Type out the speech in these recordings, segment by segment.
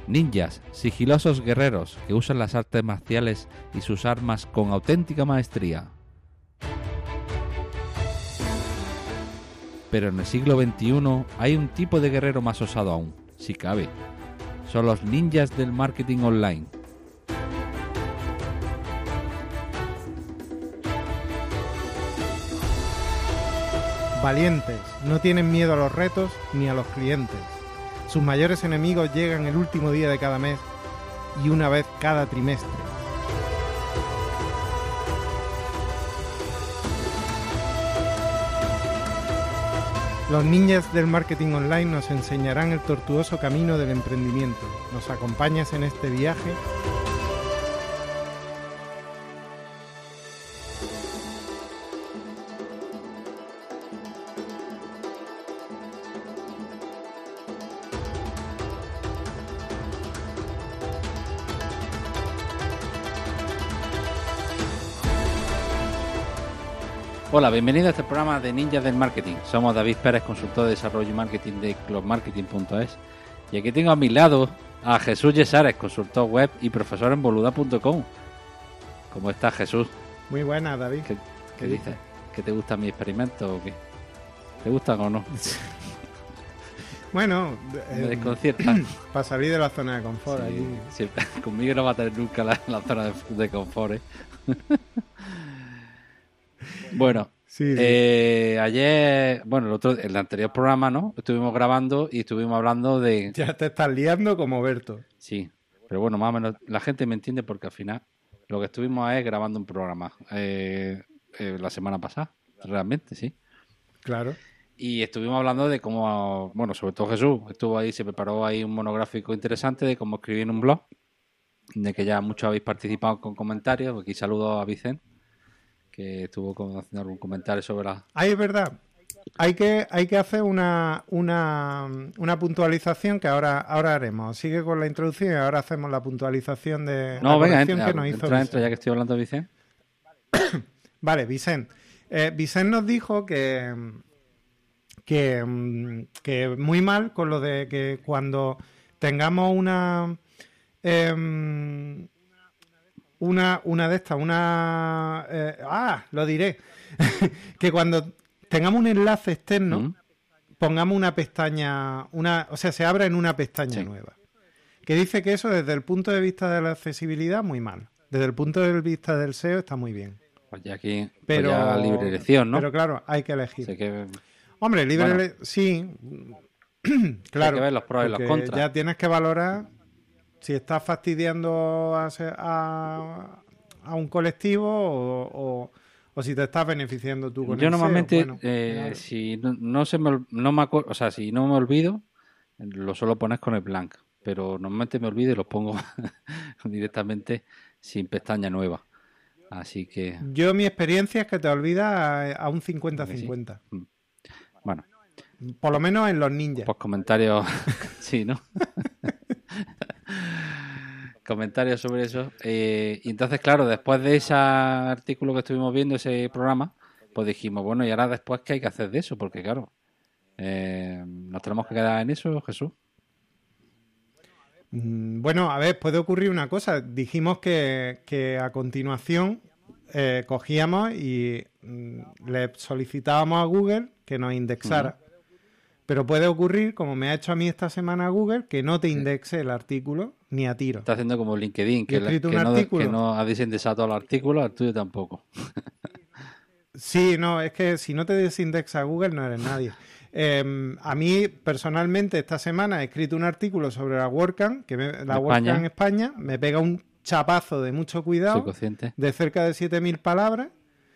Ninjas, sigilosos guerreros que usan las artes marciales y sus armas con auténtica maestría. Pero en el siglo XXI hay un tipo de guerrero más osado aún, si cabe. Son los ninjas del marketing online. Valientes, no tienen miedo a los retos ni a los clientes. Sus mayores enemigos llegan el último día de cada mes y una vez cada trimestre. Los ninjas del marketing online nos enseñarán el tortuoso camino del emprendimiento. ¿Nos acompañas en este viaje? Hola, bienvenido a este programa de Ninjas del Marketing. Somos David Pérez, consultor de desarrollo y marketing de clubmarketing.es. Y aquí tengo a mi lado a Jesús Yesares, consultor web y profesor en boluda.com. ¿Cómo estás, Jesús? Muy buena, David. ¿Qué dices? ¿Que te gusta mi experimento o qué? ¿Te gustan o no? Bueno, me desconcierta. Para salir de la zona de confort. Sí, allí. Sí, conmigo no va a tener nunca la zona de confort, ¿eh? Bueno, Sí. ayer, bueno, el anterior programa, ¿no? Estuvimos grabando y estuvimos hablando de... Ya te estás liando como Berto. Sí, pero bueno, más o menos la gente me entiende porque al final lo que estuvimos es grabando un programa la semana pasada, realmente, sí. Claro. Y estuvimos hablando de cómo, bueno, sobre todo Jesús, estuvo ahí, se preparó ahí un monográfico interesante de cómo escribir en un blog, de que ya muchos habéis participado con comentarios. Aquí saludo a Vicente, que estuvo haciendo algún comentario sobre la... Ahí es verdad. Hay que hacer una puntualización que ahora haremos. Sigue con la introducción y ahora hacemos la puntualización de No, la venga, corrección que nos hizo entra, ya que estoy hablando de Vicente. Vale, Vicente. Vicente nos dijo que muy mal con lo de que cuando tengamos una de estas, lo diré, que cuando tengamos un enlace externo, pongamos una pestaña, o sea, se abra en una pestaña nueva. Que dice que eso desde el punto de vista de la accesibilidad, muy mal. Desde el punto de vista del SEO está muy bien. Pues ya aquí, pero ya libre elección, ¿no? Pero claro, hay que elegir. Sé que... Hombre, libre sí, claro. Hay que ver los pros y los contras. Ya tienes que valorar si estás fastidiando a un colectivo o si te estás beneficiando tú con Yo el normalmente, SEO. si no me acuerdo, o sea, si no me olvido, lo suelo poner con el blank, pero normalmente me olvido y los pongo directamente sin pestaña nueva. Así que... Yo mi experiencia es que te olvidas a un 50-50. Sí. Bueno. Por lo menos en los ninjas. Pues comentarios... sí, ¿no? Comentarios sobre eso. Y entonces, claro, después de ese artículo que estuvimos viendo, ese programa, pues dijimos, bueno, y ahora después, ¿qué hay que hacer de eso? Porque, claro, ¿nos tenemos que quedar en eso, Jesús? Bueno, a ver, puede ocurrir una cosa. Dijimos que a continuación cogíamos y le solicitábamos a Google que nos indexara. Pero puede ocurrir, como me ha hecho a mí esta semana Google, que no te indexe el artículo ni a tiro. Está haciendo como LinkedIn, que no ha desindexado todo el artículo, el tuyo tampoco. Sí, no, es que si no te desindexa Google no eres nadie. A mí, personalmente, esta semana he escrito un artículo sobre la WordCamp, WordCamp España, me pega un chapazo de mucho cuidado, de cerca de 7.000 palabras,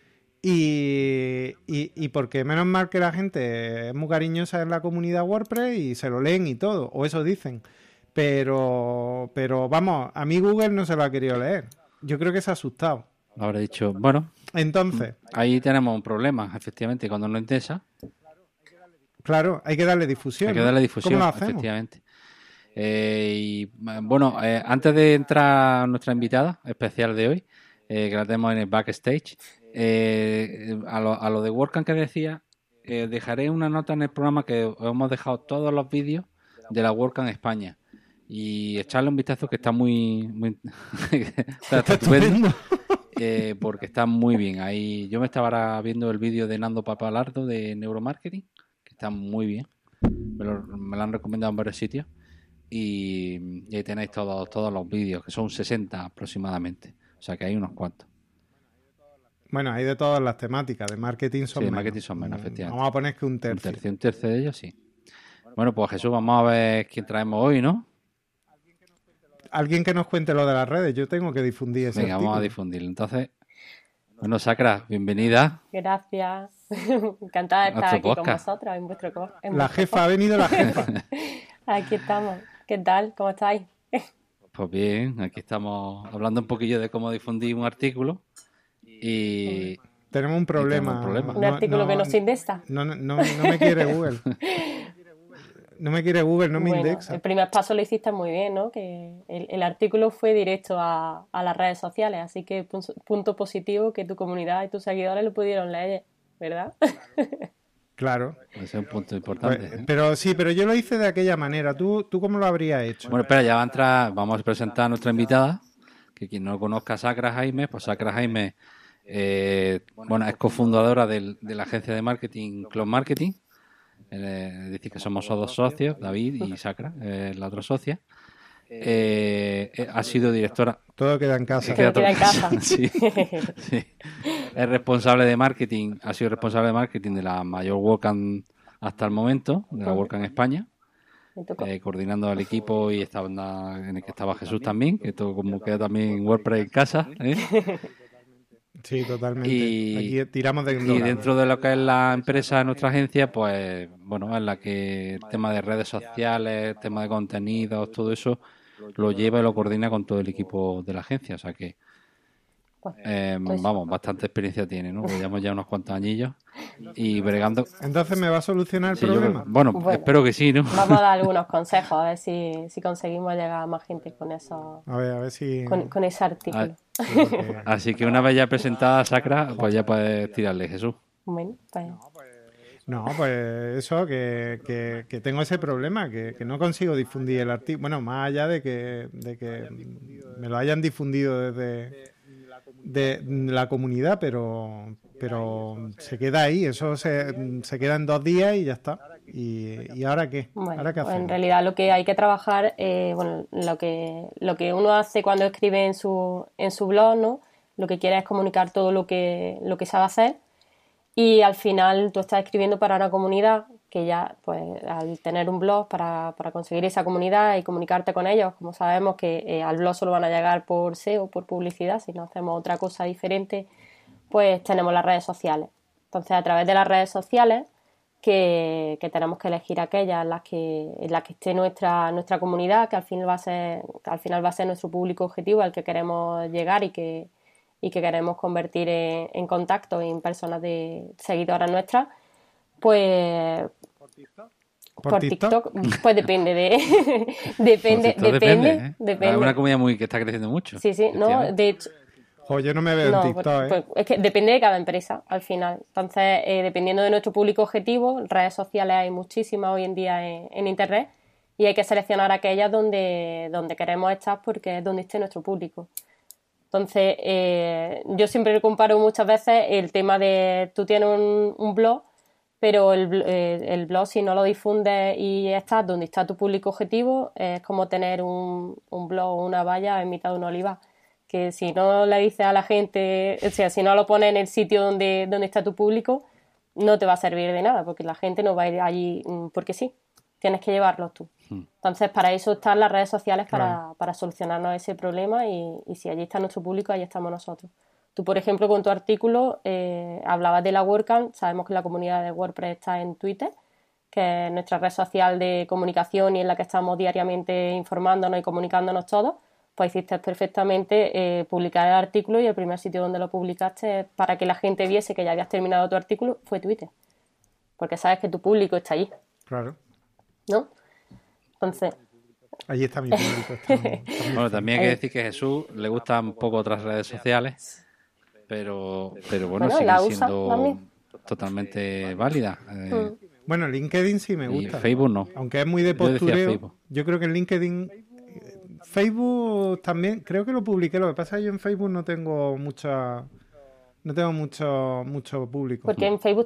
y porque menos mal que la gente es muy cariñosa en la comunidad WordPress y se lo leen y todo, o eso dicen. Pero vamos, a mí Google no se lo ha querido leer. Yo creo que se ha asustado. Habrá dicho, bueno, entonces ahí tenemos un problema, efectivamente, cuando no interesa. Claro, hay que darle difusión. Hay que darle difusión, ¿Cómo lo hacemos? efectivamente. Y bueno, antes de entrar a nuestra invitada especial de hoy, que la tenemos en el backstage, a lo de WordCamp que decía, dejaré una nota en el programa que os hemos dejado todos los vídeos de la WordCamp España. y echarle un vistazo que está muy está estupendo. Porque está muy bien. Ahí yo me estaba ahora viendo el vídeo de Nando Papalardo de Neuromarketing, que está muy bien. Me lo han recomendado en varios sitios. Y ahí tenéis todos los vídeos, que son 60 aproximadamente. O sea que hay unos cuantos. Bueno, hay de todas las temáticas. De marketing son menos. De marketing son menos, efectivamente. Vamos a poner que un tercio. Un tercio de ellos, sí. Bueno, pues Jesús, vamos a ver quién traemos hoy, ¿no? Alguien que nos cuente lo de las redes. Yo tengo que difundir ese artículo. Vamos a difundirlo. Entonces, bueno, Sacra, bienvenida. Gracias. Encantada de estar aquí con vosotros en vuestro La jefa, ha venido la jefa. Aquí estamos. ¿Qué tal? ¿Cómo estáis? Pues bien, aquí estamos hablando un poquillo de cómo difundir un artículo y... Tenemos un problema. Un artículo que no se indexa. No me quiere Google. No me quiere Google, no me indexa. El primer paso lo hiciste muy bien, ¿no? Que el artículo fue directo a las redes sociales, así que punto positivo que tu comunidad y tus seguidores lo pudieron leer, ¿verdad? Claro. Ese es un punto importante. Pues, pero yo lo hice de aquella manera. ¿Tú cómo lo habrías hecho? Bueno, espera, ya va a entrar. Vamos a presentar a nuestra invitada, que quien no conozca a Sacra Jaime, pues Sacra Jaime, es cofundadora de la agencia de marketing Cloud Marketing. Es decir, que somos dos socios, David y Sacra, la otra socia. Ha sido directora. Todo queda en casa. Todo queda en casa. Sí. Es responsable de marketing, ha sido responsable de marketing de la mayor WordCamp hasta el momento, de la WordCamp España, coordinando al equipo y en el que estaba Jesús también, que todo como queda también WordPress en casa. Sí, totalmente. Aquí tiramos de y dentro de lo que es la empresa de nuestra agencia, pues bueno, en la que el tema de redes sociales, el tema de contenidos, todo eso lo lleva y lo coordina con todo el equipo de la agencia, o sea que bastante experiencia tiene, ¿no? Porque llevamos ya unos cuantos añillos y bregando. Entonces, ¿me va a solucionar el problema? Bueno, espero que sí, ¿no? Vamos a dar algunos consejos, a ver si conseguimos llegar a más gente con eso. A ver si... Con ese artículo. Así que una vez ya presentada Sacra, pues ya puedes tirarle, Jesús. Bueno, pues... No, pues eso, que tengo ese problema, que no consigo difundir el artículo. Bueno, más allá de que me lo hayan difundido desde la comunidad, pero se queda ahí, eso se queda en 2 días y ya está. ¿Y ahora qué? Bueno, ¿Ahora qué hacemos? En realidad lo que hay que trabajar, lo que uno hace cuando escribe en su blog, ¿no? Lo que quiere es comunicar todo lo que sabe hacer. Y al final tú estás escribiendo para una comunidad que ya, pues, al tener un blog para conseguir esa comunidad y comunicarte con ellos, como sabemos que al blog solo van a llegar por SEO, por publicidad, si no hacemos otra cosa diferente, pues tenemos las redes sociales. Entonces, a través de las redes sociales, que tenemos que elegir aquellas en las que esté nuestra comunidad, que al final va a ser nuestro público objetivo al que queremos llegar y que queremos convertir en contacto en personas de seguidoras nuestras, pues por TikTok, pues depende depende. Es una comunidad que está creciendo mucho. Sí, no, de hecho. Yo no me veo en TikTok, pues, es que depende de cada empresa al final. Entonces, dependiendo de nuestro público objetivo, redes sociales hay muchísimas hoy en día en internet y hay que seleccionar aquellas donde queremos estar porque es donde esté nuestro público. Entonces, yo siempre comparo muchas veces el tema de tú tienes un blog, pero el blog, si no lo difundes y estás donde está tu público objetivo, es como tener un blog o una valla en mitad de un olivar. Que si no le dices a la gente, o sea, si no lo pones en el sitio donde está tu público, no te va a servir de nada, porque la gente no va a ir allí porque sí. Tienes que llevarlos tú. Entonces, para eso están las redes sociales, para solucionarnos ese problema y si allí está nuestro público, allí estamos nosotros. Tú, por ejemplo, con tu artículo hablabas de la WordCamp. Sabemos que la comunidad de WordPress está en Twitter, que es nuestra red social de comunicación y en la que estamos diariamente informándonos y comunicándonos todos. Pues hiciste perfectamente publicar el artículo y el primer sitio donde lo publicaste para que la gente viese que ya habías terminado tu artículo fue Twitter. Porque sabes que tu público está allí. Claro. ¿No? Entonces... Allí está mi público. Bueno, también hay que decir que a Jesús le gustan un poco otras redes sociales, pero bueno, sigue siendo totalmente válida. Bueno, LinkedIn sí me gusta. Y Facebook no. Aunque es muy de postureo. Yo creo que en LinkedIn Facebook también, creo que lo publiqué. Lo que pasa es que yo en Facebook no tengo mucho público. Porque en Facebook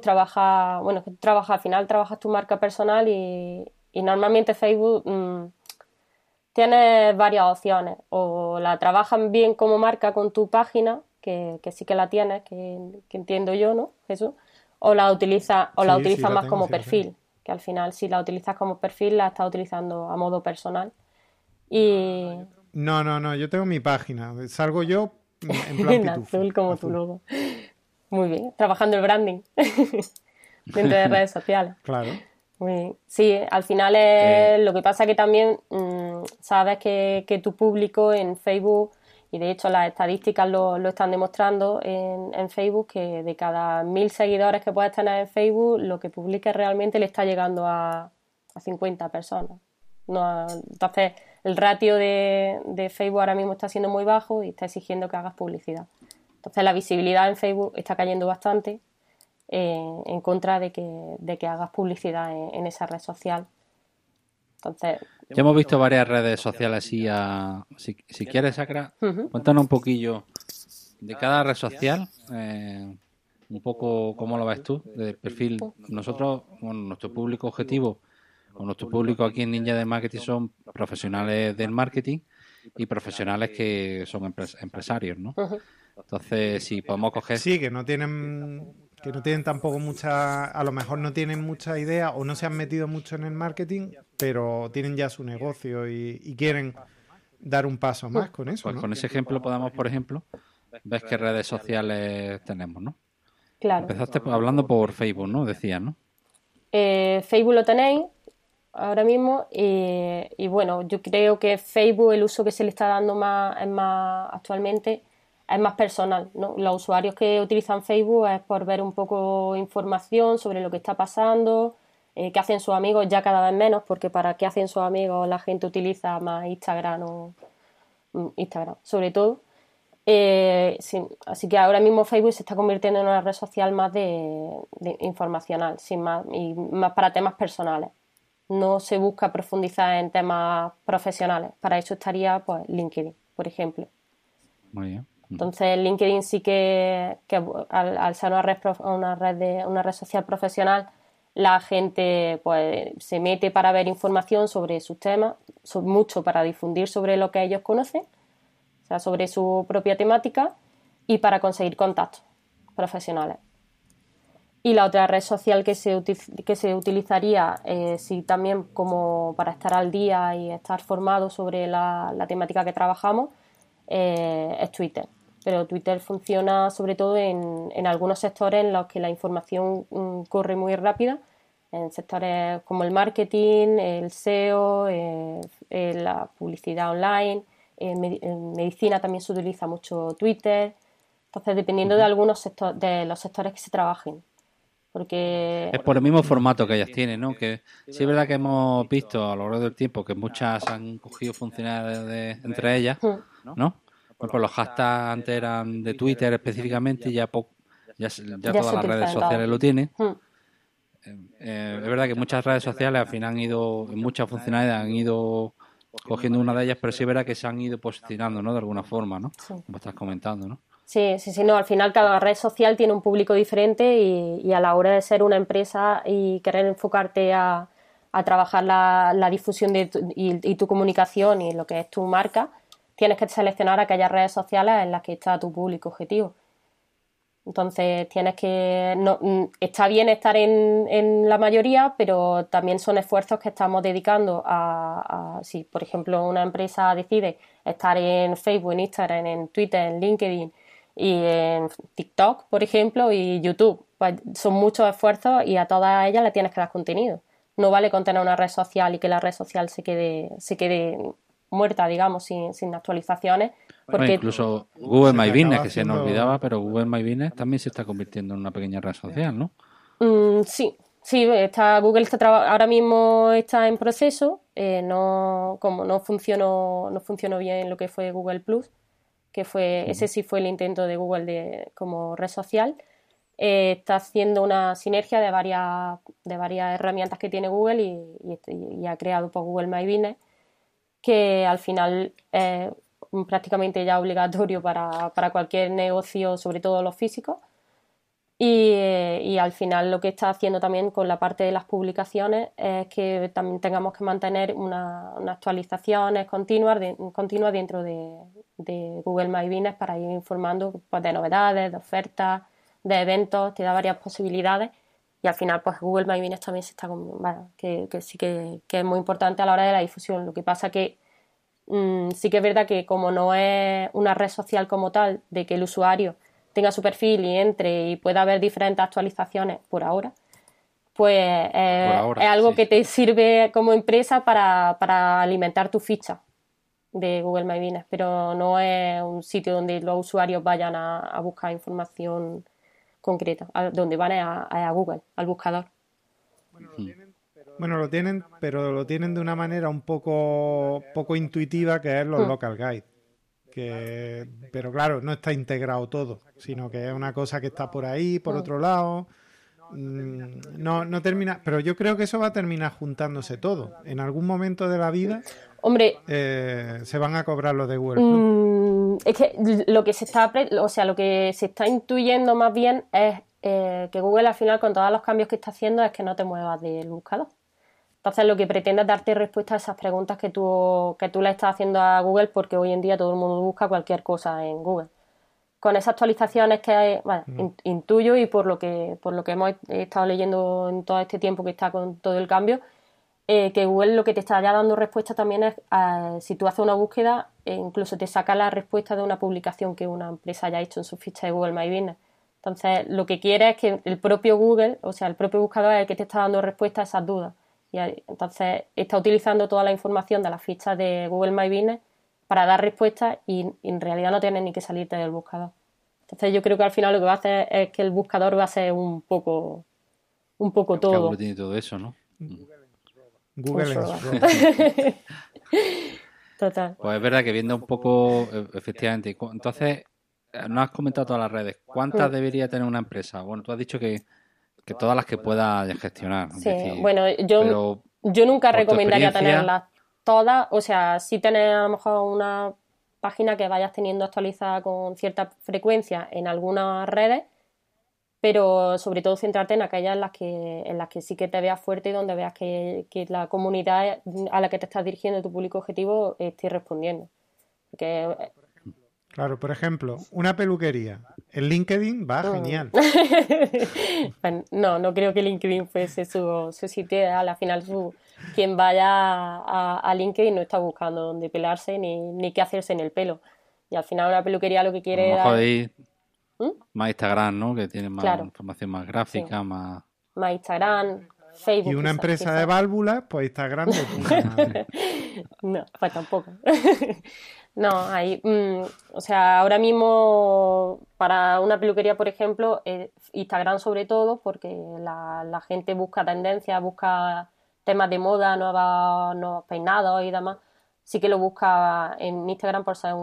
al final trabajas tu marca personal y normalmente Facebook tienes varias opciones. O la trabajan bien como marca con tu página, que sí que la tienes, que entiendo yo, ¿no? Eso. O la utilizas más como perfil. Que al final, si la utilizas como perfil, la estás utilizando a modo personal. Y... No, yo tengo mi página. Salgo yo en plan pitufo. Azul como tu logo. Muy bien, trabajando el branding dentro de redes sociales. Claro. Muy bien. Sí, al final lo que pasa que también sabes que tu público en Facebook, y de hecho las estadísticas lo están demostrando en Facebook, que de cada 1000 seguidores que puedes tener en Facebook, lo que publiques realmente le está llegando a 50 personas. Entonces, el ratio de Facebook ahora mismo está siendo muy bajo y está exigiendo que hagas publicidad. Entonces, la visibilidad en Facebook está cayendo bastante en contra de que hagas publicidad en esa red social. Entonces, ya hemos visto varias redes sociales así. Si quieres, Sacra, cuéntanos un poquillo de cada red social, un poco cómo lo ves tú, del perfil. Nosotros, nuestro público objetivo, o nuestro público aquí en Ninja de Marketing son profesionales del marketing y profesionales que son empresarios, ¿no? Entonces, si podemos coger... Sí, que no tienen tampoco a lo mejor no tienen mucha idea o no se han metido mucho en el marketing, pero tienen ya su negocio y quieren dar un paso más con eso, pues ¿no? Con ese ejemplo podemos, por ejemplo, ver qué redes sociales tenemos, ¿no? Claro. Empezaste hablando por Facebook, ¿no? Decías, ¿no? Facebook lo tenéis ahora mismo y bueno, yo creo que Facebook, el uso que se le está dando más actualmente es más personal, ¿no? Los usuarios que utilizan Facebook es por ver un poco información sobre lo que está pasando, qué hacen sus amigos, ya cada vez menos, porque para qué hacen sus amigos la gente utiliza más Instagram sobre todo. Sí, así que ahora mismo Facebook se está convirtiendo en una red social más de informacional, sin más, y más para temas personales. No se busca profundizar en temas profesionales. Para eso estaría pues LinkedIn, por ejemplo. Muy bien. Entonces LinkedIn sí que al ser una red social profesional, la gente pues se mete para ver información sobre sus temas, mucho para difundir sobre lo que ellos conocen, o sea, sobre su propia temática y para conseguir contactos profesionales. Y la otra red social que se utilizaría, sí, también como para estar al día y estar formado sobre la temática que trabajamos, es Twitter. Pero Twitter funciona sobre todo en algunos sectores en los que la información corre muy rápida, en sectores como el marketing, el SEO, la publicidad online, en medicina también se utiliza mucho Twitter. Entonces, dependiendo de algunos de los sectores que se trabajen. Porque... Es por el mismo formato que ellas tienen, ¿no? Que sí es verdad que hemos visto a lo largo del tiempo que muchas han cogido funcionalidades entre ellas, ¿no? Pues los hashtags antes eran de Twitter específicamente y ya todas las redes sociales lo tienen. Es verdad que muchas redes sociales al final muchas funcionalidades han ido cogiendo una de ellas, pero sí es verdad que se han ido posicionando, ¿no? De alguna forma, ¿no? Sí. Como estás comentando, ¿no? Sí, no, al final cada red social tiene un público diferente y a la hora de ser una empresa y querer enfocarte a trabajar la difusión y tu comunicación y lo que es tu marca, tienes que seleccionar aquellas redes sociales en las que está tu público objetivo. Entonces tienes que... está bien estar en la mayoría, pero también son esfuerzos que estamos dedicando si, por ejemplo, una empresa decide estar en Facebook, en Instagram, en Twitter, en LinkedIn y en TikTok, por ejemplo, y YouTube. Pues son muchos esfuerzos y a todas ellas le tienes que dar contenido. No vale con tener una red social y que la red social se quede muerta, digamos, sin actualizaciones. Porque... Bueno, incluso Google My Business, que se nos olvidaba, pero Google My Business también se está convirtiendo en una pequeña red social, ¿no? Sí, Google ahora mismo está en proceso. Como no funcionó bien lo que fue Google Plus, que fue ese sí fue el intento de Google como red social. Está haciendo una sinergia de varias herramientas que tiene Google y ha creado por Google My Business, que al final es prácticamente ya obligatorio para cualquier negocio, sobre todo los físicos. Y al final lo que está haciendo también con la parte de las publicaciones es que también tengamos que mantener unas actualizaciones continuas dentro de Google My Business para ir informando pues, de novedades, de ofertas, de eventos, te da varias posibilidades y al final pues Google My Business también se está bueno, que sí que es muy importante a la hora de la difusión. Lo que pasa que sí que es verdad que como no es una red social como tal, de que el usuario tenga su perfil y entre y pueda haber diferentes actualizaciones por ahora, pues es algo que te sirve como empresa para alimentar tu ficha de Google My Business, pero no es un sitio donde los usuarios vayan a buscar información concreta, donde van a Google, al buscador. Bueno, lo tienen, pero lo tienen de una manera un poco intuitiva, que es los local guides. Pero claro, no está integrado todo, sino que es una cosa que está por ahí, por otro lado. No termina, pero yo creo que eso va a terminar juntándose todo. En algún momento de la vida, hombre, se van a cobrar los de Google Plus. Es que lo que se está intuyendo más bien es que Google al final con todos los cambios que está haciendo es que no te muevas del buscador. Entonces lo que pretende es darte respuesta a esas preguntas que tú le estás haciendo a Google, porque hoy en día todo el mundo busca cualquier cosa en Google. Con esas actualizaciones que hay, intuyo y por lo que hemos estado leyendo en todo este tiempo que está con todo el cambio, que Google lo que te está ya dando respuesta también es, si tú haces una búsqueda, incluso te saca la respuesta de una publicación que una empresa haya hecho en su ficha de Google My Business. Entonces lo que quiere es que el propio Google, o sea, el propio buscador es el que te está dando respuesta a esas dudas. Y entonces está utilizando toda la información de las fichas de Google My Business para dar respuestas y en realidad no tienes ni que salirte del buscador. Entonces yo creo que al final lo que va a hacer es que el buscador va a ser un poco todo. Que tiene todo eso, ¿no? Google es Total. Pues es verdad que viendo un poco, efectivamente, entonces, no has comentado todas las redes. ¿Cuántas debería tener una empresa? Bueno, tú has dicho que todas las que pueda gestionar. Sí, decir, bueno, yo nunca recomendaría tenerlas todas, o sea, sí tener a lo mejor una página que vayas teniendo actualizada con cierta frecuencia en algunas redes, pero sobre todo centrarte en aquellas en las que sí que te veas fuerte y donde veas que la comunidad a la que te estás dirigiendo, tu público objetivo, esté respondiendo. Porque claro, por ejemplo, una peluquería. El LinkedIn va genial. No creo que LinkedIn fuese su sitio. Al final, quien vaya a LinkedIn no está buscando dónde pelarse ni qué hacerse en el pelo. Y al final una peluquería lo que quiere es... A lo mejor más Instagram, ¿no? Que tiene más información más gráfica, sí. más Instagram, Facebook. Y una empresa de válvulas, pues Instagram de puta madre. No, pues tampoco. No, ahí, o sea, ahora mismo para una peluquería, por ejemplo, Instagram sobre todo, porque la gente busca tendencias, busca temas de moda, nuevos peinados y demás. Sí que lo busca en Instagram por ser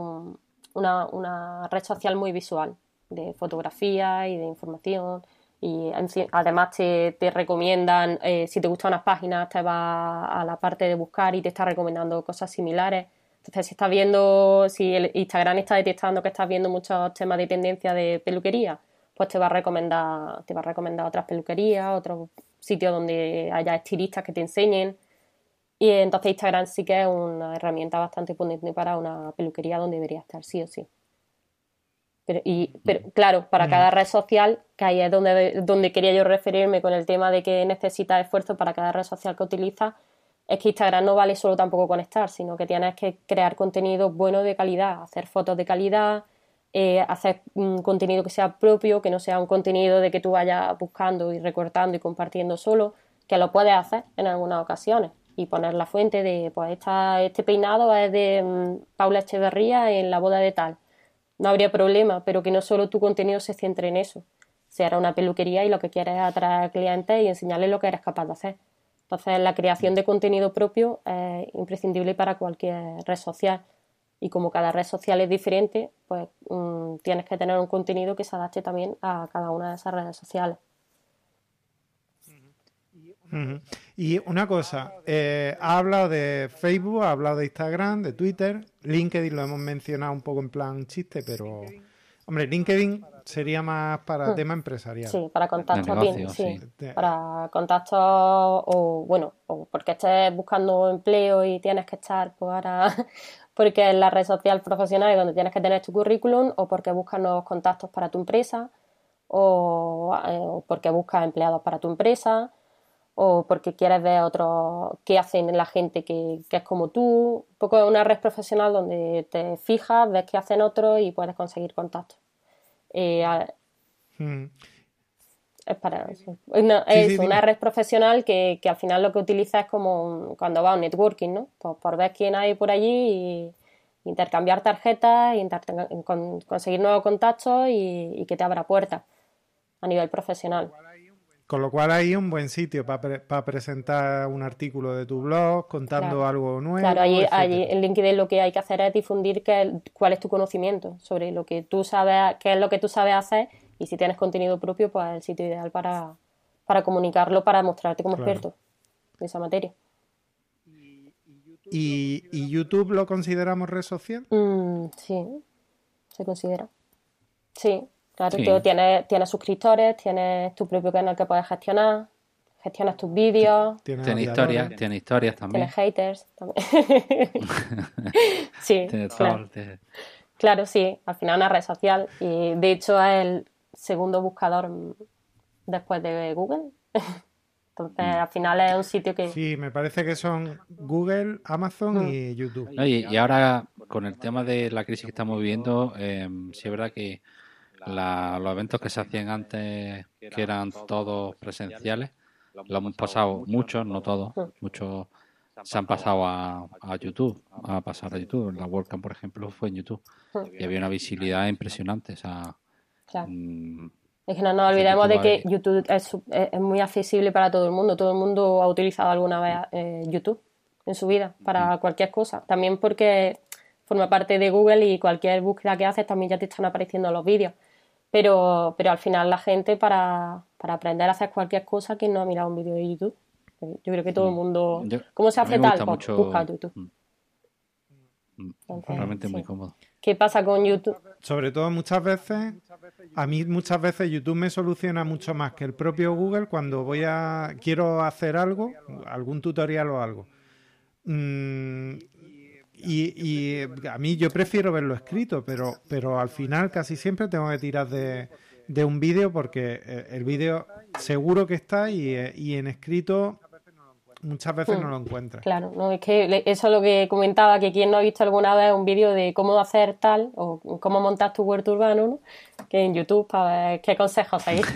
una red social muy visual, de fotografía y de información. Y además te recomiendan, si te gustan unas páginas, te vas a la parte de buscar y te está recomendando cosas similares. Entonces, si el Instagram está detectando que estás viendo muchos temas de tendencia de peluquería, pues te va a recomendar otras peluquerías, otros sitios donde haya estilistas que te enseñen. Y entonces Instagram sí que es una herramienta bastante potente para una peluquería donde debería estar, sí o sí. Pero claro, para cada red social, que ahí es donde quería yo referirme con el tema de que necesitas esfuerzo para cada red social que utilizas, es que Instagram no vale solo tampoco conectar, sino que tienes que crear contenido bueno de calidad, hacer fotos de calidad, hacer un contenido que sea propio, que no sea un contenido de que tú vayas buscando y recortando y compartiendo solo, que lo puedes hacer en algunas ocasiones y poner la fuente de, pues este peinado es de Paula Echeverría en la boda de tal. No habría problema, pero que no solo tu contenido se centre en eso. Será una peluquería y lo que quieres es atraer clientes y enseñarles lo que eres capaz de hacer. Entonces, la creación de contenido propio es imprescindible para cualquier red social. Y como cada red social es diferente, pues tienes que tener un contenido que se adapte también a cada una de esas redes sociales. Y una cosa, ha hablado de Facebook, ha hablado de Instagram, de Twitter, LinkedIn lo hemos mencionado un poco en plan chiste, pero hombre, LinkedIn sería más para tema empresarial. Sí, para contactos, negocio, sí. Para contactos o bueno, o porque estés buscando empleo y tienes que estar pues ahora porque es la red social profesional y donde tienes que tener tu currículum, o porque buscas nuevos contactos para tu empresa, o porque buscas empleados para tu empresa, o porque quieres ver otros qué hacen la gente que es como tú. Un poco una red profesional donde te fijas, ves qué hacen otros y puedes conseguir contactos. Es para eso. Una red profesional que al final lo que utiliza es como cuando va a un networking, ¿no? Pues por ver quién hay por allí y intercambiar tarjetas, conseguir nuevos contactos y que te abra puertas a nivel profesional. Con lo cual hay un buen sitio para presentar un artículo de tu blog contando algo nuevo. Claro, allí en LinkedIn lo que hay que hacer es difundir cuál es tu conocimiento sobre lo que tú sabes, qué es lo que tú sabes hacer, y si tienes contenido propio, pues es el sitio ideal para comunicarlo, para mostrarte como experto de esa materia. ¿Y YouTube lo consideramos red social? Sí, se considera. Sí. Claro, tú tienes suscriptores, tienes tu propio canal que puedes gestionas tus vídeos. Tiene historias también. Tienes haters también. Sí, claro. Claro, sí, al final una red social. Y de hecho es el segundo buscador después de Google. Entonces, al final es un sitio que... Sí, me parece que son Google, Amazon y YouTube. Y ahora, con el tema de la crisis que estamos viviendo, sí es verdad que los eventos que se hacían antes, que eran todos presenciales, lo hemos pasado muchos, no todos, muchos se han pasado a YouTube, a pasar a YouTube. La WordCamp, por ejemplo, fue en YouTube y había una visibilidad impresionante. O sea, claro. Es que no nos olvidemos de que YouTube es muy accesible para todo el mundo. Todo el mundo ha utilizado alguna vez YouTube en su vida para cualquier cosa. También porque forma parte de Google y cualquier búsqueda que haces también ya te están apareciendo los vídeos. Pero al final la gente para aprender a hacer cualquier cosa, que no ha mirado un vídeo de YouTube. Yo creo que todo el mundo... ¿Cómo se hace tal? Pues busca YouTube. Entonces, realmente muy cómodo. ¿Qué pasa con YouTube? Sobre todo muchas veces YouTube me soluciona mucho más que el propio Google cuando quiero hacer algo, algún tutorial o algo. Y a mí yo prefiero verlo escrito, pero al final casi siempre tengo que tirar de un vídeo porque el vídeo seguro que está y en escrito muchas veces no lo encuentras. Claro, no, es que eso es lo que comentaba, que quien no ha visto alguna vez un vídeo de cómo hacer tal o cómo montar tu huerto urbano, ¿no? Que en YouTube para ver qué consejos hay.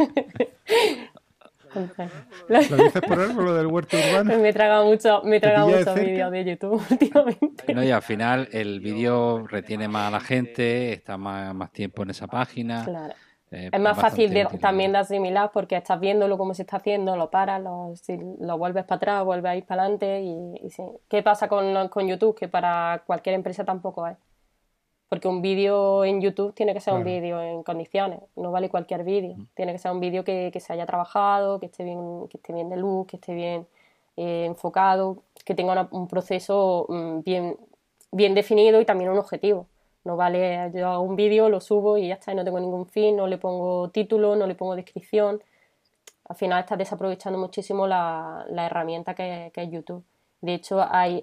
¿Lo dices por algo, lo del huerto urbano? Me he tragado muchos vídeos de YouTube últimamente. No, y al final el vídeo retiene más a la gente, está más tiempo en esa página. Claro. Es más fácil también de asimilar porque estás viéndolo cómo se está haciendo, lo paras, lo vuelves para atrás, vuelves a ir para adelante y sí. ¿Qué pasa con YouTube? Que para cualquier empresa tampoco es. Porque un vídeo en YouTube tiene que ser un vídeo en condiciones, no vale cualquier vídeo. Tiene que ser un vídeo que se haya trabajado, que esté bien de luz, que esté bien enfocado, que tenga un proceso bien definido y también un objetivo. No vale, yo hago un vídeo, lo subo y ya está, y no tengo ningún fin, no le pongo título, no le pongo descripción. Al final estás desaprovechando muchísimo la herramienta que es YouTube. De hecho, hay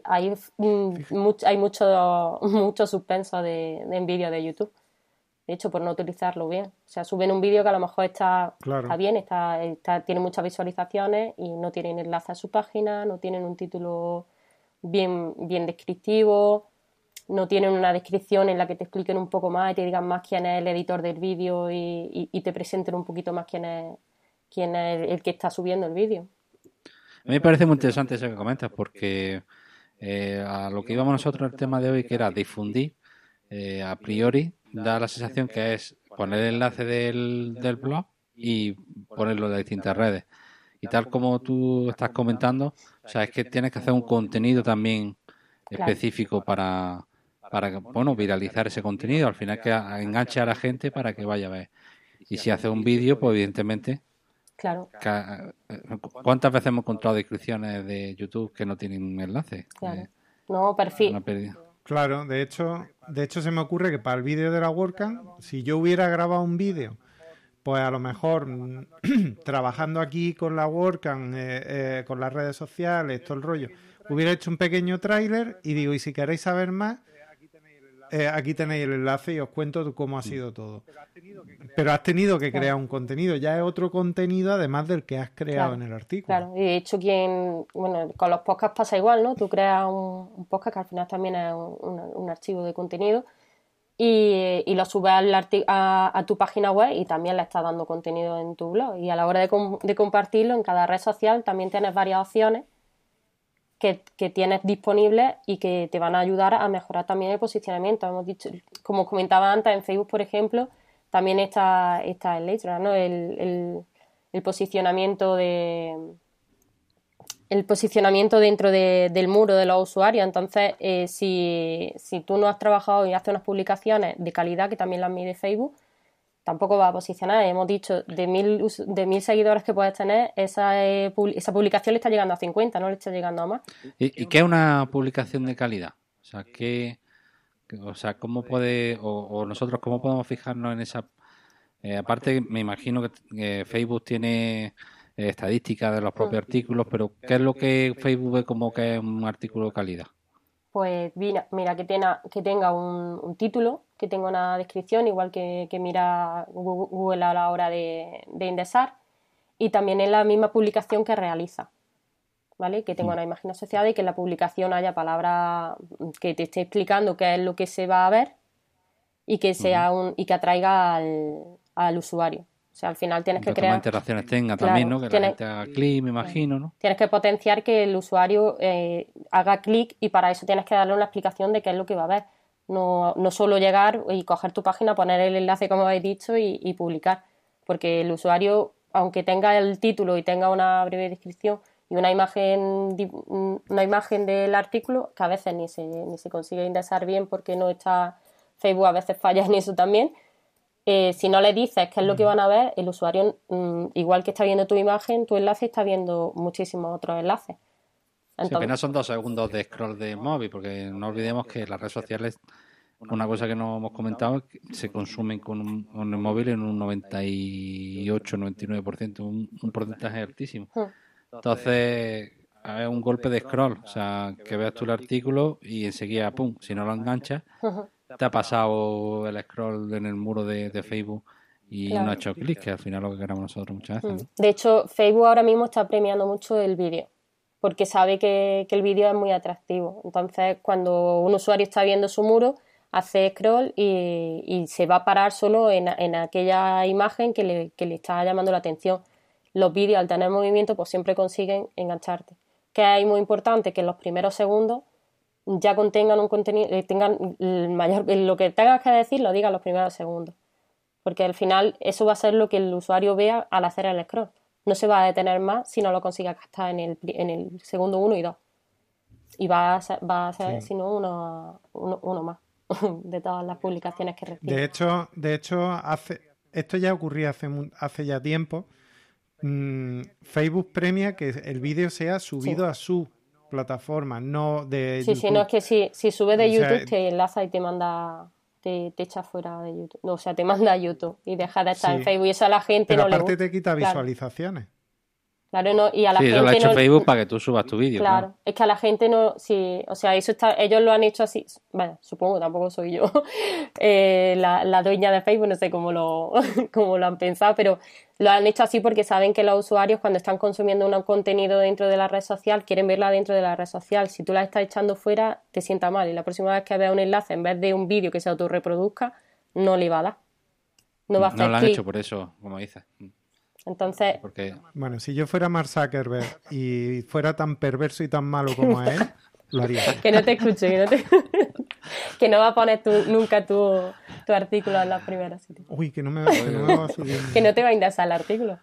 mucho suspenso en vídeos de YouTube. De hecho, por no utilizarlo bien. O sea, suben un vídeo que a lo mejor está bien, tiene muchas visualizaciones y no tienen enlace a su página, no tienen un título bien descriptivo, no tienen una descripción en la que te expliquen un poco más y te digan más quién es el editor del vídeo y te presenten un poquito más quién es el que está subiendo el vídeo. A mí me parece muy interesante eso que comentas porque a lo que íbamos nosotros el tema de hoy, que era difundir, a priori da la sensación que es poner el enlace del blog y ponerlo de distintas redes. Y tal como tú estás comentando, o sea, es que tienes que hacer un contenido también específico para viralizar ese contenido, al final que enganche a la gente para que vaya a ver. Y si hace un vídeo, pues evidentemente Claro. ¿Cuántas veces hemos encontrado descripciones de YouTube que no tienen enlace? Claro. No, perfil. Claro, de hecho se me ocurre que para el vídeo de la WordCamp, si yo hubiera grabado un vídeo, pues a lo mejor trabajando aquí con la WordCamp, con las redes sociales, todo el rollo, hubiera hecho un pequeño tráiler y digo, y si queréis saber más, aquí tenéis el enlace y os cuento cómo ha sido todo. Pero has tenido que crear un contenido, ya es otro contenido además del que has creado en el artículo. Claro, y de hecho con los podcasts pasa igual, ¿no? Tú creas un podcast que al final también es un archivo de contenido y lo subes a tu página web y también le estás dando contenido en tu blog. Y a la hora de compartirlo en cada red social también tienes varias opciones que tienes disponibles y que te van a ayudar a mejorar también el posicionamiento. Hemos dicho, como comentaba antes, en Facebook, por ejemplo, también está el lateral, ¿no? El posicionamiento dentro del muro de los usuarios. Entonces, si tú no has trabajado y haces unas publicaciones de calidad, que también las mide Facebook, tampoco va a posicionar. Hemos dicho, de 1000 seguidores que puedes tener, esa publicación le está llegando a 50, no le está llegando a más. ¿Y qué es una publicación de calidad? O sea, ¿cómo puede, o nosotros cómo podemos fijarnos en esa? Aparte, me imagino que Facebook tiene estadísticas de los propios artículos, pero ¿qué es lo que Facebook ve como que es un artículo de calidad? Pues mira, que tenga un título, que tenga una descripción, igual que mira Google a la hora de indexar, y también en la misma publicación que realiza, ¿vale? Que tenga una imagen asociada y que en la publicación haya palabras que te esté explicando qué es lo que se va a ver y que sea y que atraiga al usuario. O sea, al final tienes que crear... más interacciones tenga también, ¿no? Que la gente haga clic, me imagino, ¿no? Tienes que potenciar que el usuario haga clic y para eso tienes que darle una explicación de qué es lo que va a ver. No solo llegar y coger tu página, poner el enlace, como habéis dicho, y publicar. Porque el usuario, aunque tenga el título y tenga una breve descripción y una imagen del artículo, que a veces ni se consigue indexar bien porque no está... Facebook a veces falla en eso también. Si no le dices qué es lo que van a ver, el usuario, igual que está viendo tu imagen, tu enlace, está viendo muchísimos otros enlaces. Entonces, sí, apenas son 2 segundos de scroll de móvil, porque no olvidemos que las redes sociales, una cosa que no hemos comentado, es que se consumen con el móvil en un 98-99%, un porcentaje altísimo. Entonces, es un golpe de scroll, o sea, que veas tú el artículo y enseguida, pum, si no lo enganchas, te ha pasado el scroll en el muro de Facebook y no ha hecho clic, que al final es lo que queremos nosotros muchas veces, ¿no? De hecho, Facebook ahora mismo está premiando mucho el vídeo, porque sabe que el vídeo es muy atractivo. Entonces, cuando un usuario está viendo su muro, hace scroll y se va a parar solo en aquella imagen que le está llamando la atención. Los vídeos, al tener movimiento, pues siempre consiguen engancharte. Que es muy importante que en los primeros segundos ya contengan un contenido, tengan lo que tengas que decir lo diga en los primeros segundos, porque al final eso va a ser lo que el usuario vea al hacer el scroll. No se va a detener más si no lo consigue captar en el segundo 1 y 2, y va a ser sí, si no uno más de todas las publicaciones que recibe. De hecho esto ya ocurría hace ya tiempo. Facebook premia que el vídeo sea subido a su plataforma, no de YouTube. Sí, no, es que si subes de YouTube te enlaza y te manda, te echa fuera de YouTube. No, o sea, te manda a YouTube y deja de estar en Facebook, y eso a la gente pero no le gusta. Pero aparte te quita visualizaciones. Claro, no, y a la gente eso lo ha hecho no... Facebook para que tú subas tu vídeo. Claro, es que a la gente no... Sí, o sea, eso está, ellos lo han hecho así. Bueno, supongo, tampoco soy yo la dueña de Facebook, no sé cómo lo han pensado, pero lo han hecho así porque saben que los usuarios, cuando están consumiendo un contenido dentro de la red social, quieren verla dentro de la red social. Si tú la estás echando fuera, te sienta mal. Y la próxima vez que veas un enlace, en vez de un vídeo que se autorreproduzca, no le va a dar. No va a hacer clic. No lo han hecho por eso, como dices. Entonces, bueno, si yo fuera Mark Zuckerberg y fuera tan perverso y tan malo como él, lo haría. Que no te escuche, que no va a poner nunca tu artículo en las primeras. Uy, que no me va a subir. Que no te va a indexar el artículo.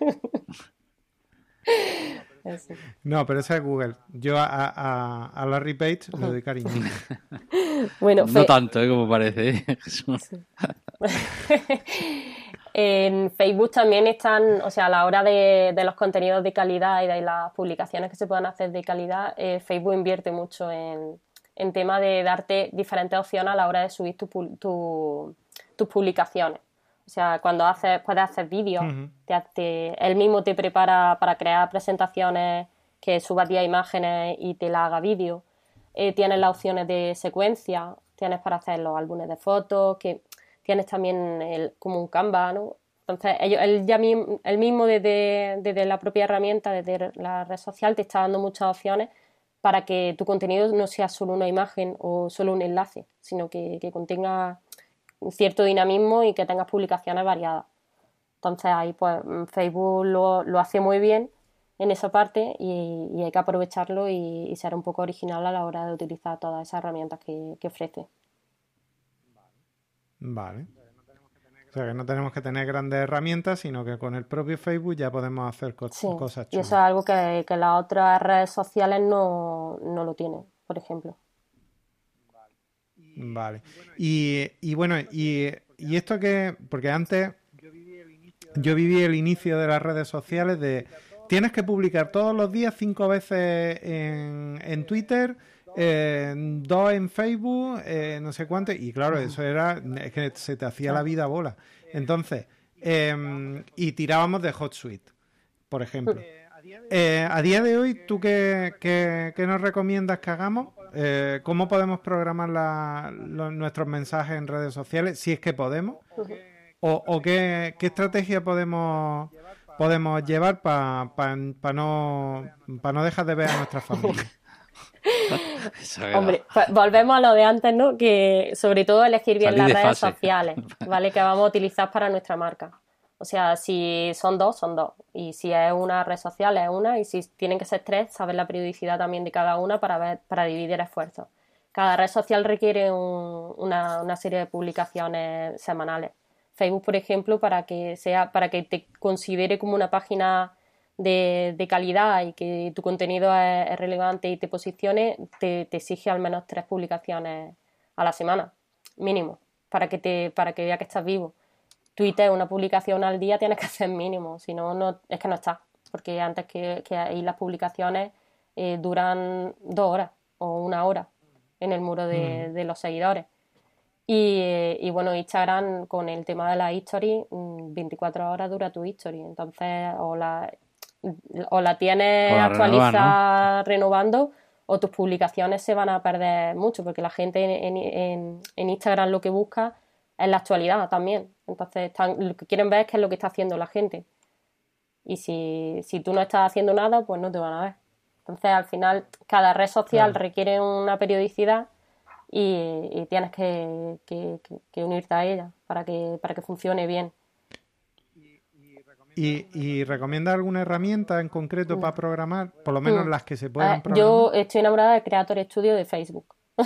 Eso. No, pero esa es Google. Yo a Larry Page le doy cariño. Bueno, no tanto, como parece. Sí. En Facebook también están, o sea, a la hora de los contenidos de calidad y de las publicaciones que se puedan hacer de calidad, Facebook invierte mucho en tema de darte diferentes opciones a la hora de subir tus publicaciones. O sea, cuando puedes hacer vídeos, él mismo te prepara para crear presentaciones, que subas 10 imágenes y te la haga vídeo. Tienes las opciones de secuencia, tienes para hacer los álbumes de fotos, que tienes también como un Canva, ¿no? Entonces, él mismo desde la propia herramienta, desde la red social, te está dando muchas opciones para que tu contenido no sea solo una imagen o solo un enlace, sino que contenga un cierto dinamismo y que tengas publicaciones variadas. Entonces ahí pues Facebook lo hace muy bien en esa parte y hay que aprovecharlo y ser un poco original a la hora de utilizar todas esas herramientas que ofrece. Vale. O sea que no tenemos que tener grandes herramientas, sino que con el propio Facebook ya podemos hacer cosas chulas. Y eso es algo que las otras redes sociales no lo tienen, por ejemplo. Vale. Y bueno, y esto que... Porque antes yo viví el inicio de las redes sociales de... Tienes que publicar todos los días 5 veces en Twitter, 2 en Facebook, no sé cuánto. Y claro, eso era... Es que se te hacía la vida bola. Entonces, y tirábamos de HotSuite, por ejemplo. A día de hoy, ¿tú qué nos recomiendas que hagamos? ¿Cómo podemos programar nuestros mensajes en redes sociales? Si es que podemos. ¿O qué estrategia podemos llevar para no dejar de ver a nuestra familia? Hombre, pues volvemos a lo de antes, ¿no? Que sobre todo elegir bien las redes sociales, ¿vale? Que vamos a utilizar para nuestra marca. O sea, si son dos, son dos. Y si es una red social, es una. Y si tienen que ser 3, saber la periodicidad también de cada una para dividir esfuerzos. Cada red social requiere una serie de publicaciones semanales. Facebook, por ejemplo, para que te considere como una página de calidad y que tu contenido es relevante y te posicione, te exige al menos 3 publicaciones a la semana, mínimo, para que vea que estás vivo. Twitter, una publicación al día tienes que hacer mínimo, si no, es que no está, porque antes que ahí las publicaciones duran 2 horas o 1 hora en el muro de los seguidores. Y bueno, Instagram con el tema de la history, 24 horas dura tu history, entonces o la tienes actualizada, renovando, o tus publicaciones se van a perder mucho, porque la gente en Instagram lo que busca es la actualidad también. Entonces lo que quieren ver es qué es lo que está haciendo la gente. Y si tú no estás haciendo nada, pues no te van a ver. Entonces al final cada red social requiere una periodicidad y tienes que unirte a ella para que funcione bien. ¿Y recomienda alguna herramienta en concreto para programar? Por lo menos las que se puedan programar. Yo estoy enamorada de Creator Studio de Facebook.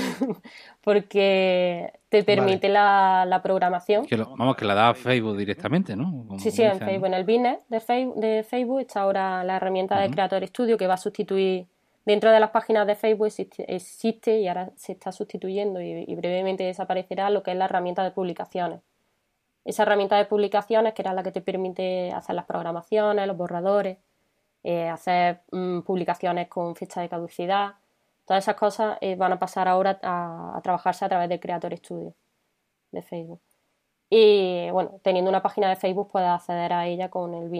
Porque te permite la programación. Que la da Facebook directamente, ¿no? Sí, en Facebook. En el business de Facebook está ahora la herramienta de Creator Studio, que va a sustituir. Dentro de las páginas de Facebook existe y ahora se está sustituyendo y brevemente desaparecerá lo que es la herramienta de publicaciones. Esa herramienta de publicaciones, que era la que te permite hacer las programaciones, los borradores, hacer publicaciones con fecha de caducidad. Todas esas cosas van a pasar ahora a trabajarse a través de Creator Studio de Facebook. Y bueno, teniendo una página de Facebook puedes acceder a ella con el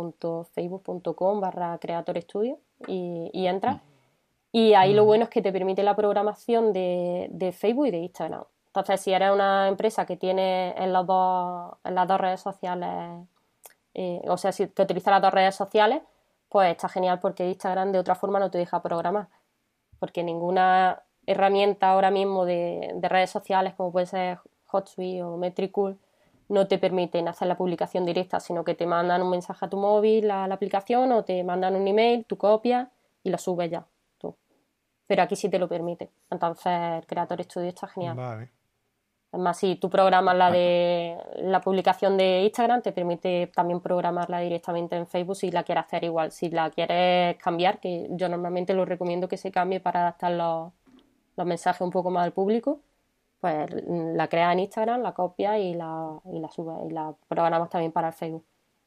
business.facebook.com/creatorstudio y entras. Y ahí lo bueno es que te permite la programación de Facebook y de Instagram. Entonces, si eres una empresa que tiene en las dos redes sociales, o sea, si te utiliza las 2 redes sociales, pues está genial, porque Instagram de otra forma no te deja programar. Porque ninguna herramienta ahora mismo de redes sociales, como puede ser HotSuite o Metricool, no te permiten hacer la publicación directa, sino que te mandan un mensaje a tu móvil, a la aplicación, o te mandan un email, tú copias y lo subes ya tú. Pero aquí sí te lo permite. Entonces el Creator Studio está genial. Vale. Además, si tú programas la publicación de Instagram, te permite también programarla directamente en Facebook si la quieres hacer igual. Si la quieres cambiar, que yo normalmente lo recomiendo que se cambie para adaptar los mensajes un poco más al público, pues la creas en Instagram, la copias y la subes y la programas también para el Facebook.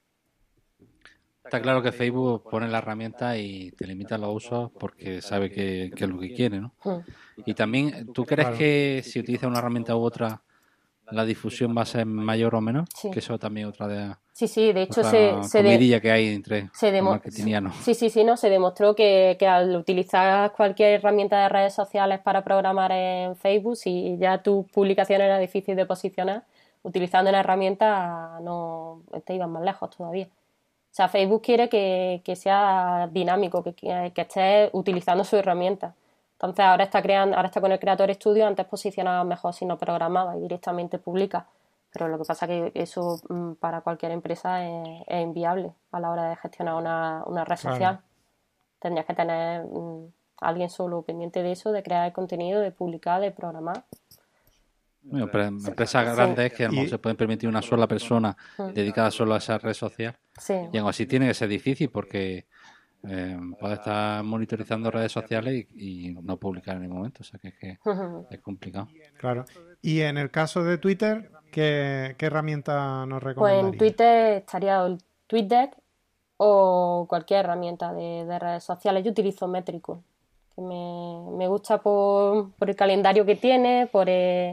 Está claro que Facebook pone la herramienta y te limita los usos porque sabe que es lo que quiere, ¿no? Y también, ¿tú crees que si utilizas una herramienta u otra, la difusión va a ser mayor o menor? Sí. Que eso también es otra de Sí, de hecho comidilla que hay entre los marketingianos. No, se demostró que al utilizar cualquier herramienta de redes sociales para programar en Facebook, si ya tu publicación era difícil de posicionar, utilizando una herramienta no te ibas más lejos todavía. O sea, Facebook quiere que sea dinámico, que estés utilizando su herramienta. Entonces ahora está con el Creator Studio, antes posicionaba mejor si no programaba y directamente publica. Pero lo que pasa es que eso para cualquier empresa es inviable a la hora de gestionar una red social. Tendrías que tener alguien solo pendiente de eso, de crear el contenido, de publicar, de programar. Bueno, pero empresas grandes que a lo mejor se pueden permitir una sola persona dedicada solo a esa red social. Sí. Y aún así tiene que ser difícil porque puede estar monitorizando redes sociales y no publicar en ningún momento. O sea que es complicado. Claro. Y en el caso de Twitter, ¿qué herramienta nos recomendarías? Pues en Twitter estaría el TweetDeck o cualquier herramienta de redes sociales. Yo utilizo Metricool, que me gusta por el calendario que tiene, por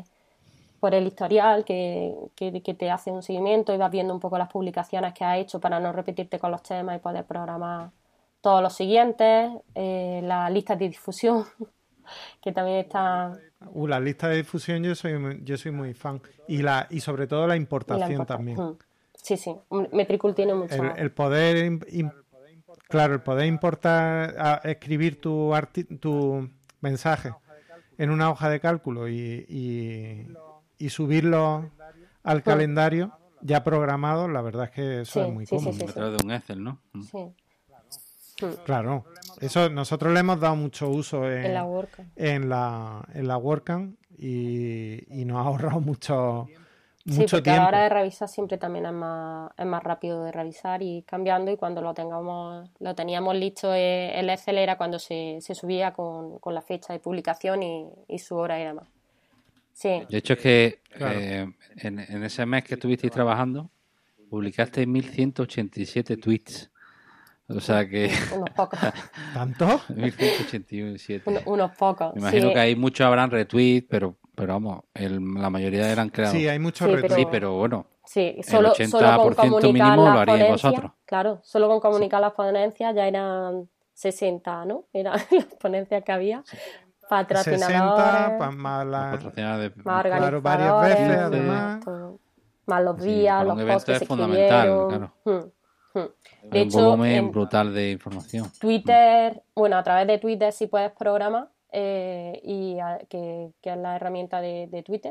el historial que te hace un seguimiento y vas viendo un poco las publicaciones que has hecho para no repetirte con los temas y poder programar todos los siguientes, las listas de difusión que también está... la lista de difusión yo soy muy fan y sobre todo la importación también. Sí, Metricool tiene mucho... El poder el poder importar, escribir tu mensaje en una hoja de cálculo y subirlo al calendario ya programado, la verdad es que eso es muy cómodo. A través de un Excel, ¿no? Sí. Claro, eso nosotros le hemos dado mucho uso en la WordCamp y nos ha ahorrado mucho porque tiempo. a la hora de revisar siempre también es más rápido de revisar y cambiando, y cuando lo teníamos listo el Excel era cuando se subía con la fecha de publicación y su hora y demás. Sí. De hecho es que en ese mes que estuvisteis trabajando publicaste 1187 tweets. O sea que... Unos pocos. ¿Tanto? 1187. Unos pocos. Me imagino que hay muchos habrán retweets, pero vamos, la mayoría eran creados. Sí, hay muchos retweets. Sí, pero bueno, sí, solo, el 80% mínimo lo haríais vosotros. Claro, solo con comunicar las ponencias ya eran 60, ¿no? Eran las ponencias que había. Patrocinadores. 60, más organizadores, varias veces, además. Más los días, los posts que se escribieron. Claro. De hecho, un volumen brutal de información. Twitter, a través de Twitter sí puedes programar, que es la herramienta de Twitter.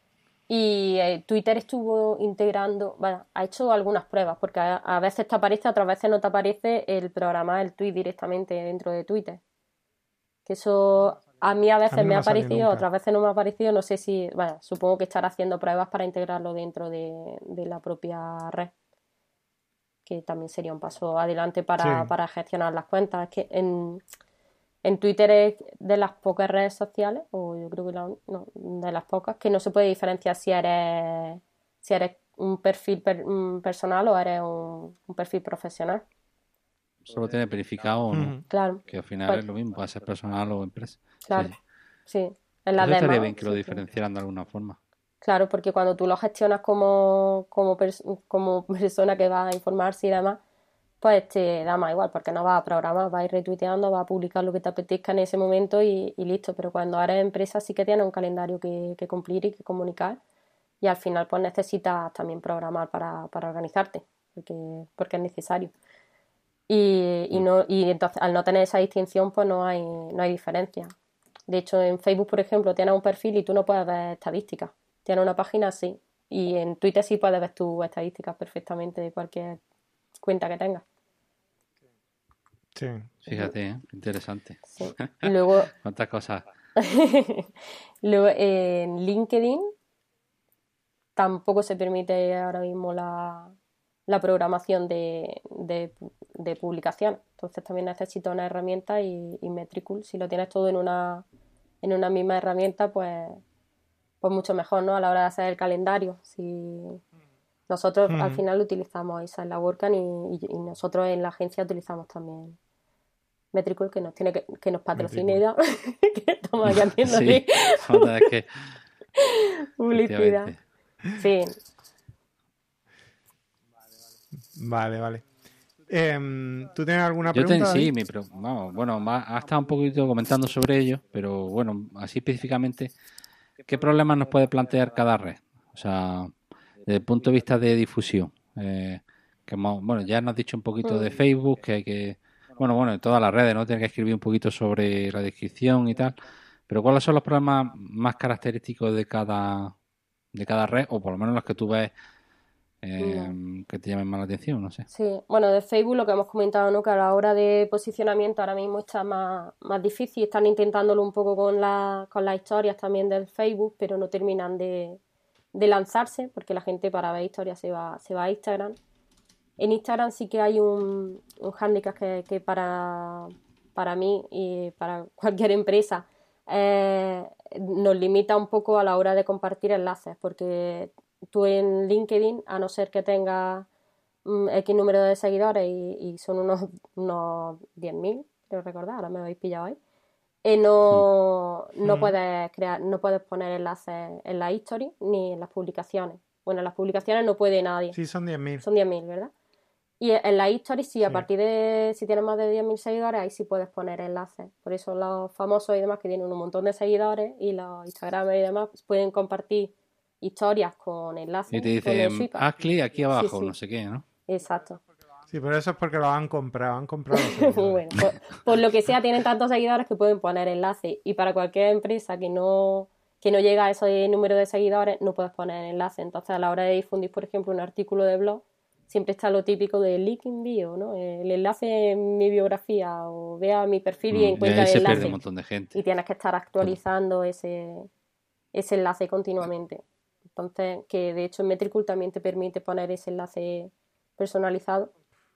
Y Twitter estuvo integrando, ha hecho algunas pruebas, porque a veces te aparece, otras veces no te aparece el programar el tweet directamente dentro de Twitter. Que eso a mí a veces me ha aparecido, otras veces no me ha aparecido, no sé si, supongo que estará haciendo pruebas para integrarlo dentro de la propia red, que también sería un paso adelante para gestionar las cuentas. Es que en Twitter es de las pocas redes sociales, o yo creo que de las pocas, que no se puede diferenciar si eres un perfil personal o eres un perfil profesional. Solo tiene verificado o no. Claro. Que al final es lo mismo, puede ser personal o empresa. Claro, sí. En las demás, estaría bien que lo diferenciaran de alguna forma. Claro, porque cuando tú lo gestionas como persona que va a informarse y demás, pues te da más igual, porque no vas a programar, vas a ir retuiteando, vas a publicar lo que te apetezca en ese momento y listo. Pero cuando eres empresa sí que tienes un calendario que cumplir y que comunicar, y al final pues necesitas también programar para organizarte, porque es necesario. Y entonces al no tener esa distinción pues no hay diferencia. De hecho, en Facebook, por ejemplo, tienes un perfil y tú no puedes ver estadísticas. Tienes una página, sí. Y en Twitter sí puedes ver tus estadísticas perfectamente de cualquier cuenta que tengas. Sí. Fíjate, interesante. Sí. Luego, ¿cuántas cosas? Luego en LinkedIn tampoco se permite ahora mismo la programación de publicación. Entonces también necesitas una herramienta y Metricool. Si lo tienes todo en una misma herramienta, pues pues mucho mejor, ¿no? A la hora de hacer el calendario. Si nosotros al final utilizamos esa en la WordCamp y nosotros en la agencia utilizamos también Metricool, que nos tiene que nos patrocine ya. Que estamos aquí haciéndole publicidad. Sí. Vale. ¿Tú tienes alguna pregunta? Sí, ha estado un poquito comentando sobre ello, pero bueno, así específicamente, ¿qué problemas nos puede plantear cada red? O sea, desde el punto de vista de difusión. Ya nos has dicho un poquito de Facebook, que hay que... Bueno, en todas las redes, ¿no? Tienes que escribir un poquito sobre la descripción y tal. Pero ¿cuáles son los problemas más característicos de cada red? O por lo menos los que tú ves que te llamen más la atención, no sé. Sí, bueno, de Facebook lo que hemos comentado, ¿no? Que a la hora de posicionamiento ahora mismo está más difícil. Están intentándolo un poco con las historias también del Facebook, pero no terminan de lanzarse, porque la gente para ver historias se va a Instagram. En Instagram sí que hay un hándicap que para mí y para cualquier empresa nos limita un poco a la hora de compartir enlaces, porque tú en LinkedIn, a no ser que tengas X número de seguidores y son unos 10.000, creo recordar, ahora me habéis pillado ahí, no puedes poner enlaces en la history ni en las publicaciones. Bueno, en las publicaciones no puede nadie. Sí, son 10.000. Son 10.000, ¿verdad? Y en la history sí, a partir de, si tienes más de 10.000 seguidores, ahí sí puedes poner enlaces. Por eso los famosos y demás que tienen un montón de seguidores y los Instagramers y demás pueden compartir historias con enlaces. Y te dicen, haz clic aquí abajo, sí. No sé qué, ¿no? Exacto. Sí, pero eso es porque lo han comprado. Bueno, por lo que sea, tienen tantos seguidores que pueden poner enlaces. Y para cualquier empresa que no llega a ese número de seguidores, no puedes poner enlace. Entonces, a la hora de difundir, por ejemplo, un artículo de blog, siempre está lo típico de link in bio, ¿no? El enlace en mi biografía, o vea mi perfil y encuentra el enlace. Pierde un montón de gente. Y tienes que estar actualizando ese enlace continuamente. Entonces, que de hecho en Metricool también te permite poner ese enlace personalizado.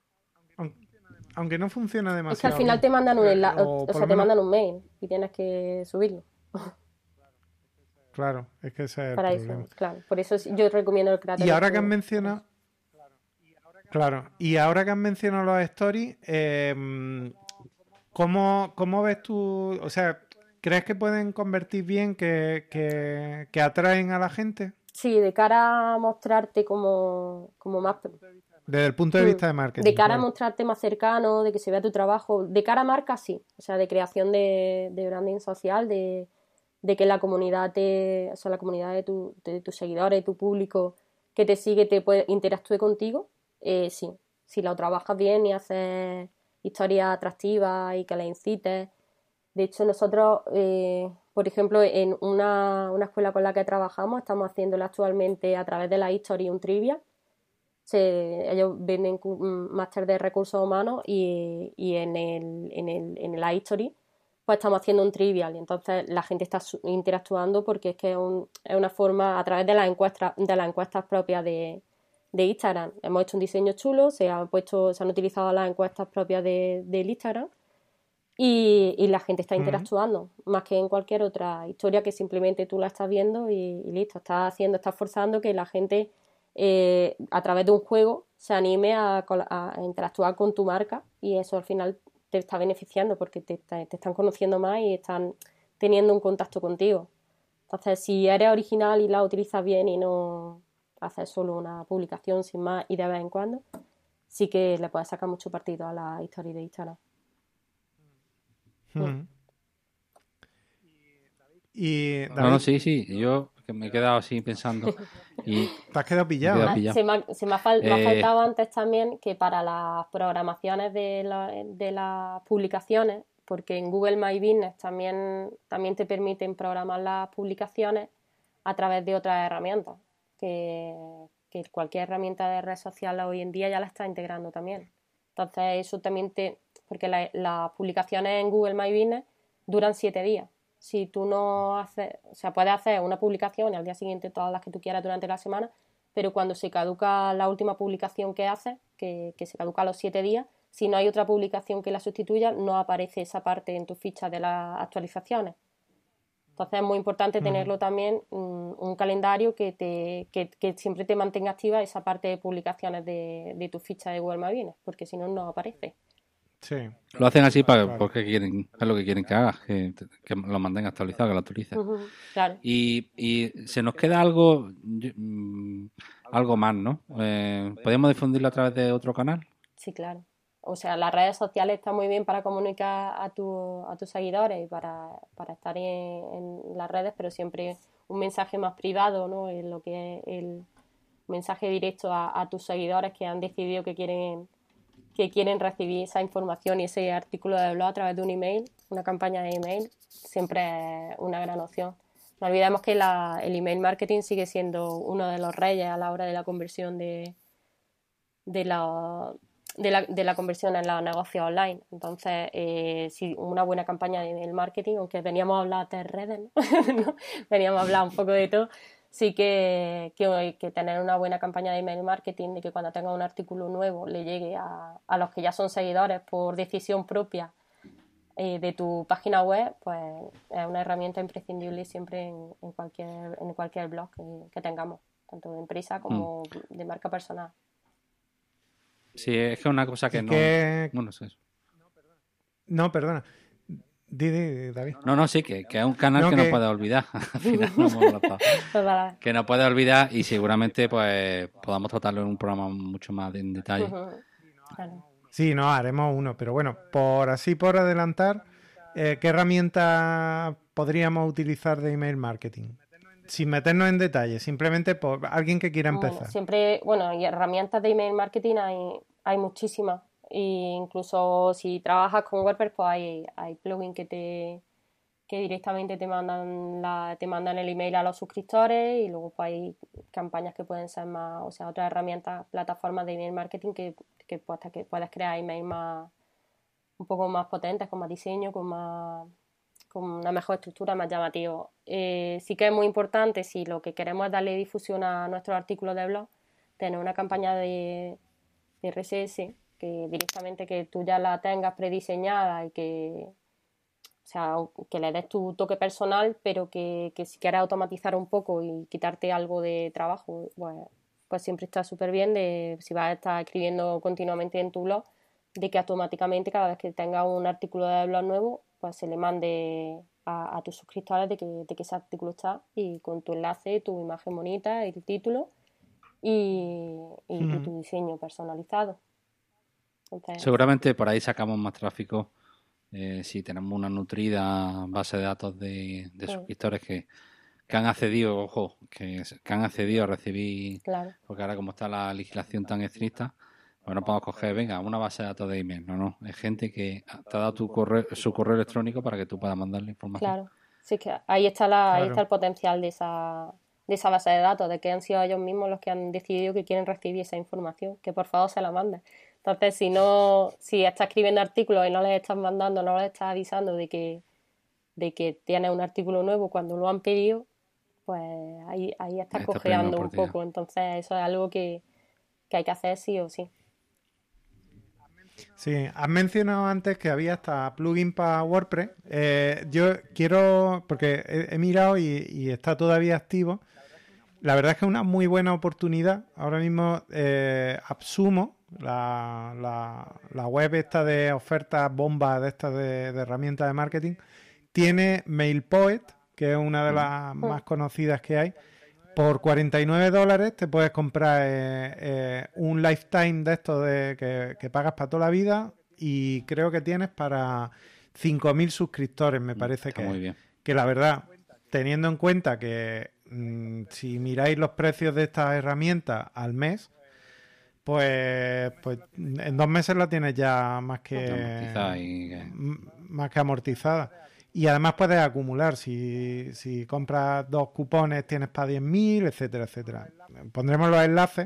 Aunque no funciona demasiado. Es que al final te mandan un enlace, te mandan un mail y tienes que subirlo. Claro, es que ese es para el eso, problema. Claro. Por eso yo recomiendo el Creator. Y ahora que has mencionado... y ahora que has mencionado los stories, ¿cómo ves tú? O sea, ¿crees que pueden convertir bien, que atraen a la gente? Sí, de cara a mostrarte como más... Desde el punto de vista de marketing. De cara a mostrarte más cercano, de que se vea tu trabajo. De cara a marca, sí. O sea, de creación de branding social, de que la comunidad la comunidad de tus seguidores, tu público que te sigue, interactúe contigo, sí. Si lo trabajas bien y haces historias atractivas y que le incites. De hecho, nosotros, por ejemplo, en una escuela con la que trabajamos, estamos haciéndolo actualmente a través de la History un trivia. Ellos venden un máster de recursos humanos y en la History pues estamos haciendo un trivial y entonces la gente está interactuando porque es que es una forma a través de las encuestas propias de Instagram. Hemos hecho un diseño chulo, se han utilizado las encuestas propias del Instagram y la gente está interactuando más que en cualquier otra historia que simplemente tú la estás viendo y listo, estás forzando que la gente a través de un juego se anime a interactuar con tu marca y eso al final te está beneficiando porque te están conociendo más y están teniendo un contacto contigo. Entonces, si eres original y la utilizas bien y no haces solo una publicación sin más y de vez en cuando, sí que le puedes sacar mucho partido a la historia de Instagram. Y David... sí, yo que me he quedado así pensando y te has quedado pillado. Se me ha faltado antes también que para las programaciones de las publicaciones, porque en Google My Business también te permiten programar las publicaciones a través de otras herramientas, que cualquier herramienta de red social hoy en día ya la está integrando también. Entonces eso también porque las publicaciones en Google My Business duran 7 días. Si tú no haces, o sea, puedes hacer una publicación y al día siguiente todas las que tú quieras durante la semana, pero cuando se caduca la última publicación que haces, que se caduca a los 7 días, si no hay otra publicación que la sustituya, no aparece esa parte en tu ficha de las actualizaciones. Entonces es muy importante tenerlo también, un calendario que siempre te mantenga activa esa parte de publicaciones de tu ficha de Google My Business, porque si no, no aparece. Sí. Lo hacen así porque quieren, es lo que quieren que hagas, que lo manden actualizado, que lo actualices. Claro. Y se nos queda algo más, ¿no? ¿Podemos difundirlo a través de otro canal? Sí, claro. O sea, las redes sociales están muy bien para comunicar a tus seguidores y para estar en las redes, pero siempre un mensaje más privado, ¿no? En lo que es el mensaje directo a tus seguidores que han decidido que quieren recibir esa información y ese artículo de blog a través de un email, una campaña de email, siempre es una gran opción. No olvidemos que el email marketing sigue siendo uno de los reyes a la hora de la conversión de la conversión en los negocios online. Entonces, si una buena campaña de email marketing, aunque veníamos a hablar de redes, ¿no? Veníamos a hablar un poco de todo, sí que tener una buena campaña de email marketing, de que cuando tenga un artículo nuevo le llegue a los que ya son seguidores por decisión propia de tu página web, pues es una herramienta imprescindible siempre en cualquier blog que tengamos, tanto de empresa como de marca personal. Sí, es que es una cosa que no... Bueno, es eso. No, perdona. Di, David. No, sí, que es un canal que no puedes olvidar. Al final no hemos hablado. Que no puedes olvidar y seguramente pues podamos tratarlo en un programa mucho más en detalle. Claro. Sí, no, haremos uno. Pero bueno, por adelantar, ¿qué herramienta podríamos utilizar de email marketing? Sin meternos en detalle, simplemente por alguien que quiera empezar. Y herramientas de email marketing hay muchísimas. E incluso si trabajas con WordPress, pues hay plugins que directamente te mandan el email a los suscriptores, y luego pues hay campañas que pueden ser más, o sea, otras herramientas, plataformas de email marketing que puedes crear email un poco más potentes, con más diseño, con una mejor estructura, más llamativo. Sí que es muy importante, si lo que queremos es darle difusión a nuestros artículos de blog, tener una campaña de RSS, que directamente que tú ya la tengas prediseñada y que le des tu toque personal, pero que si quieres automatizar un poco y quitarte algo de trabajo, pues siempre está súper bien, si vas a estar escribiendo continuamente en tu blog, de que automáticamente cada vez que tengas un artículo de blog nuevo, pues se le mande a tus suscriptores de que ese artículo está, y con tu enlace, tu imagen bonita, el título y tu diseño personalizado. Entonces, seguramente por ahí sacamos más tráfico si tenemos una nutrida base de datos de suscriptores que han accedido, que han accedido a recibir, claro. Porque ahora como está la legislación tan estricta, pues no podemos coger, una base de datos de email, no, es gente que te ha dado su correo electrónico para que tú puedas mandarle información. Claro, sí, que ahí está el potencial de esa base de datos, de que han sido ellos mismos los que han decidido que quieren recibir esa información, que por favor se la manden. Entonces, si estás escribiendo artículos y no les estás mandando, no les estás avisando de que tienes un artículo nuevo cuando lo han pedido, pues ahí estás cojeando un poco. Entonces, eso es algo que hay que hacer sí o sí. Sí, has mencionado antes que había hasta plugin para WordPress. Yo quiero, porque he mirado y está todavía activo. La verdad es que es una muy buena oportunidad. Ahora mismo AppSumo, la web esta de ofertas bombas de estas de herramientas de marketing, tiene MailPoet, que es una de las más conocidas que hay. Por $49 te puedes comprar un lifetime de estos que pagas para toda la vida, y creo que tienes para 5.000 suscriptores, me parece que muy bien. Que la verdad, teniendo en cuenta que si miráis los precios de estas herramientas al mes, pues en 2 meses la tienes ya más que amortizada. Y además puedes acumular. Si compras 2 cupones tienes para 10.000, etcétera, etcétera. Pondremos los enlaces.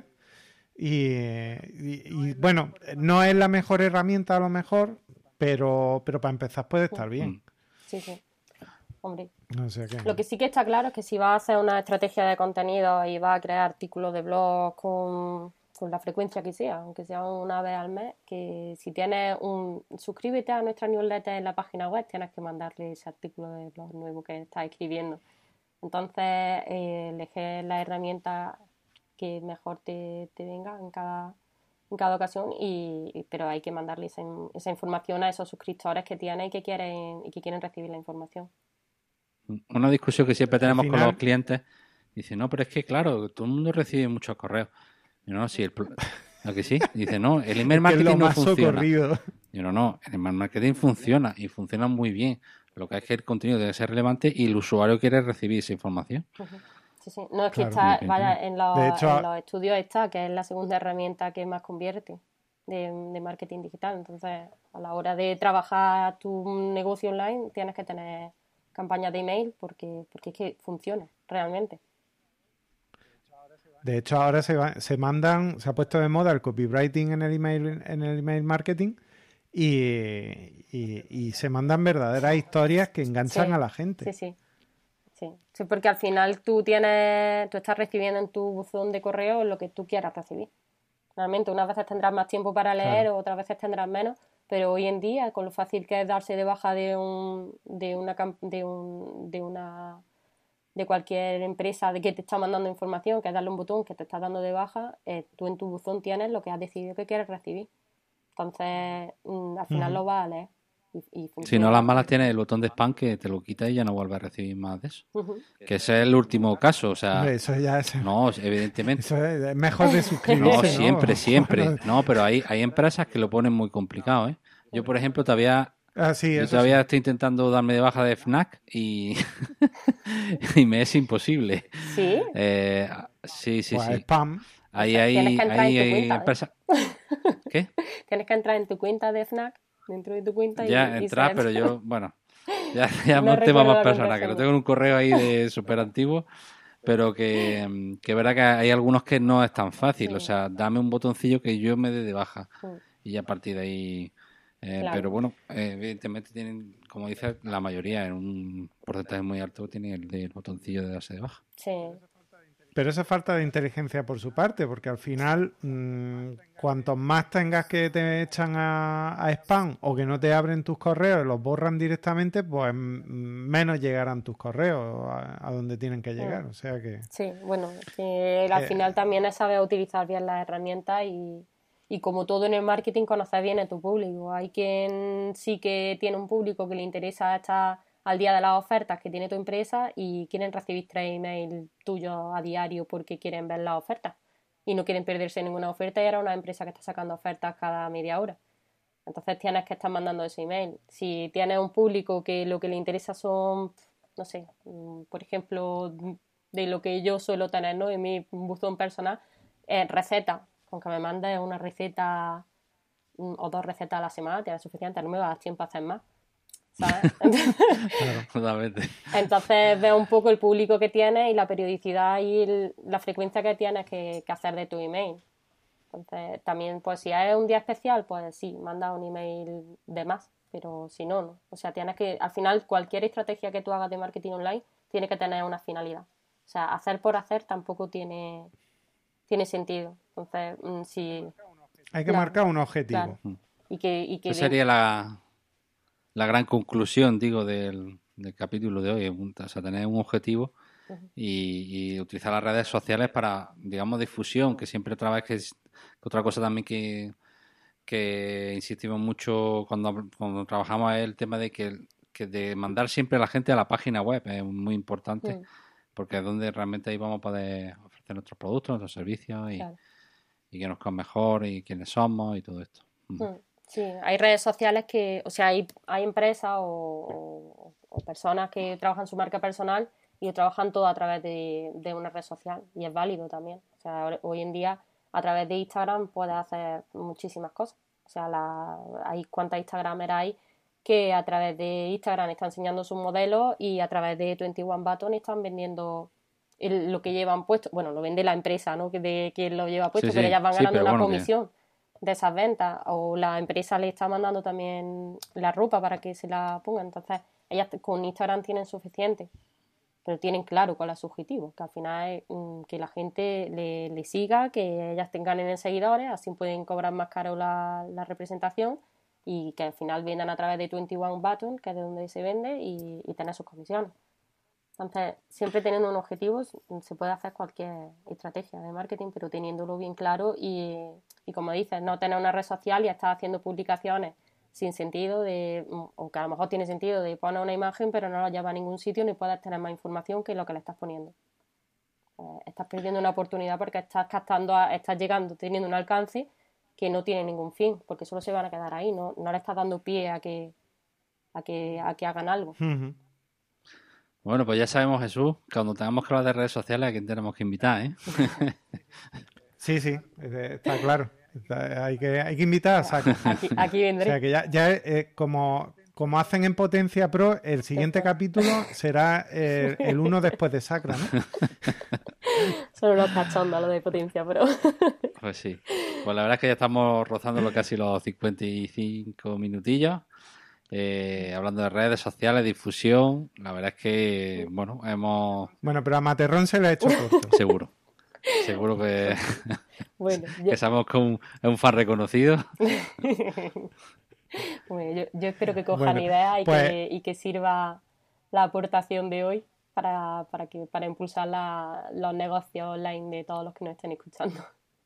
Y bueno, no es la mejor herramienta a lo mejor, pero para empezar puede estar bien. Sí. Hombre, no sé qué. Lo que sí que está claro es que si vas a hacer una estrategia de contenido y vas a crear artículos de blog con con la frecuencia que sea, aunque sea una vez al mes, que si tienes suscríbete a nuestra newsletter en la página web, tienes que mandarle ese artículo de lo nuevo que estás escribiendo. Entonces, elige la herramienta que mejor te venga en cada ocasión, pero hay que mandarle esa información a esos suscriptores que tienen y que quieren recibir la información. Una discusión que siempre tenemos con los clientes, dice, no, pero es que claro, todo el mundo recibe muchos correos. Y no, sí, ¿a que sí? Dice, no, el email marketing no funciona. Y no, el email marketing funciona y funciona muy bien. Lo que es que el contenido debe ser relevante y el usuario quiere recibir esa información. Sí, sí. No es que en los estudios está, que es la segunda herramienta que más convierte de marketing digital. Entonces, a la hora de trabajar tu negocio online, tienes que tener campañas de email porque es que funciona realmente. De hecho, ahora se ha puesto de moda el copywriting en el email marketing y se mandan verdaderas historias que enganchan a la gente. Sí, porque al final tú estás recibiendo en tu buzón de correo lo que tú quieras recibir. Realmente, unas veces tendrás más tiempo para leer, otras veces tendrás menos, pero hoy en día, con lo fácil que es darse de baja de cualquier empresa de que te está mandando información, que es darle un botón que te está dando de baja, tú en tu buzón tienes lo que has decidido que quieres recibir. Entonces, al final lo vas a leer. Y si no, las malas tienes el botón de spam que te lo quita y ya no vuelves a recibir más de eso. Que ese es el último caso, o sea... Hombre, eso ya es... No, evidentemente. Eso es mejor de suscribirse, No, siempre. No, pero hay empresas que lo ponen muy complicado, ¿eh? Yo, por ejemplo, todavía estoy intentando darme de baja de Fnac y me es imposible. ¿Sí? Sí. Spam. Hay empresas... ¿Qué? Tienes que entrar en tu cuenta de Fnac, dentro de tu cuenta entrar, pero yo, bueno, ya es un tema más personal, que lo tengo en un correo ahí de súper antiguo, pero que verdad que hay algunos que no es tan fácil, o sea, dame un botoncillo que yo me dé de baja y a partir de ahí... Pero bueno, evidentemente tienen, como dices, la mayoría, en un porcentaje muy alto, tienen el botoncillo de darse de baja. Sí. Pero eso es falta de inteligencia por su parte, porque al final, cuanto más tengas que te echan a spam o que no te abren tus correos y los borran directamente, pues menos llegarán tus correos a donde tienen que llegar. O sea que... Sí, bueno, al final también es saber utilizar bien las herramientas y como todo en el marketing, conocer bien a tu público. Hay quien sí que tiene un público que le interesa estar al día de las ofertas que tiene tu empresa y quieren recibir 3 emails tuyos a diario porque quieren ver las ofertas y no quieren perderse ninguna oferta y era una empresa que está sacando ofertas cada media hora. Entonces tienes que estar mandando ese email. Si tienes un público que lo que le interesa son, no sé, por ejemplo, de lo que yo suelo tener, ¿no?, en mi buzón personal, recetas. Con que me mandes una receta o 2 recetas a la semana, tienes suficiente, no me va a dar tiempo a hacer más, ¿sabes? Claro, totalmente. Entonces ves un poco el público que tienes y la periodicidad y la frecuencia que tienes que hacer de tu email. Entonces también, pues si es un día especial, pues sí, manda un email de más, pero si no, no. O sea, tienes que, al final, cualquier estrategia que tú hagas de marketing online tiene que tener una finalidad. O sea, hacer por hacer tampoco tiene sentido. Entonces, sí. Hay que marcar un objetivo. Claro. Y que esa sería la gran conclusión, digo, del capítulo de hoy. O sea, tener un objetivo y utilizar las redes sociales para, digamos, difusión, que siempre otra vez que otra cosa también que insistimos mucho cuando trabajamos es el tema de que de mandar siempre a la gente a la página web. Es muy importante porque es donde realmente ahí vamos a poder ofrecer nuestros productos, nuestros servicios y que nos conozcan mejor y quiénes somos y todo esto. Sí, hay redes sociales que, o sea, hay empresas o personas que trabajan su marca personal y trabajan todo a través de una red social y es válido también. O sea, hoy en día a través de Instagram puedes hacer muchísimas cosas. O sea, hay cuántas Instagramers hay que a través de Instagram están enseñando sus modelos y a través de 21 Button están vendiendo lo que llevan puesto. Bueno, lo vende la empresa, ¿no?, de quien lo lleva puesto, pero ellas van ganando una comisión de esas ventas, o la empresa le está mandando también la ropa para que se la pongan. Entonces ellas con Instagram tienen suficiente. pero tienen claro cuál es su objetivo, que al final es que la gente le siga, que ellas tengan en seguidores, así pueden cobrar más caro la representación y que al final vendan a través de 21 Button, que es de donde se vende, y tener sus comisiones. Entonces, siempre teniendo un objetivo se puede hacer cualquier estrategia de marketing, pero teniéndolo bien claro y como dices, no tener una red social y estar haciendo publicaciones sin sentido, o que a lo mejor tiene sentido de poner una imagen pero no la lleva a ningún sitio ni puedes tener más información que lo que le estás poniendo. Estás perdiendo una oportunidad porque estás llegando, teniendo un alcance que no tiene ningún fin, porque solo se van a quedar ahí, no le estás dando pie a que hagan algo. Uh-huh. Bueno, pues ya sabemos, Jesús, que cuando tengamos que hablar de redes sociales, ¿a quién tenemos que invitar, eh? Sí, está claro. Hay que invitar a Sacra. Aquí vendré. O sea, que ya como hacen en Potencia Pro, el siguiente capítulo será el uno después de Sacra, ¿no? Son unos cachondos los de Potencia Pro. Pues sí. Pues la verdad es que ya estamos rozando casi los 55 minutillos. Hablando de redes sociales, difusión, la verdad es que, bueno, Bueno, pero a Materrón se le ha hecho corto. Seguro que, bueno, que sabemos que es un fan reconocido. Bueno, yo espero que cojan ideas y que sirva la aportación de hoy para impulsar los negocios online de todos los que nos estén escuchando.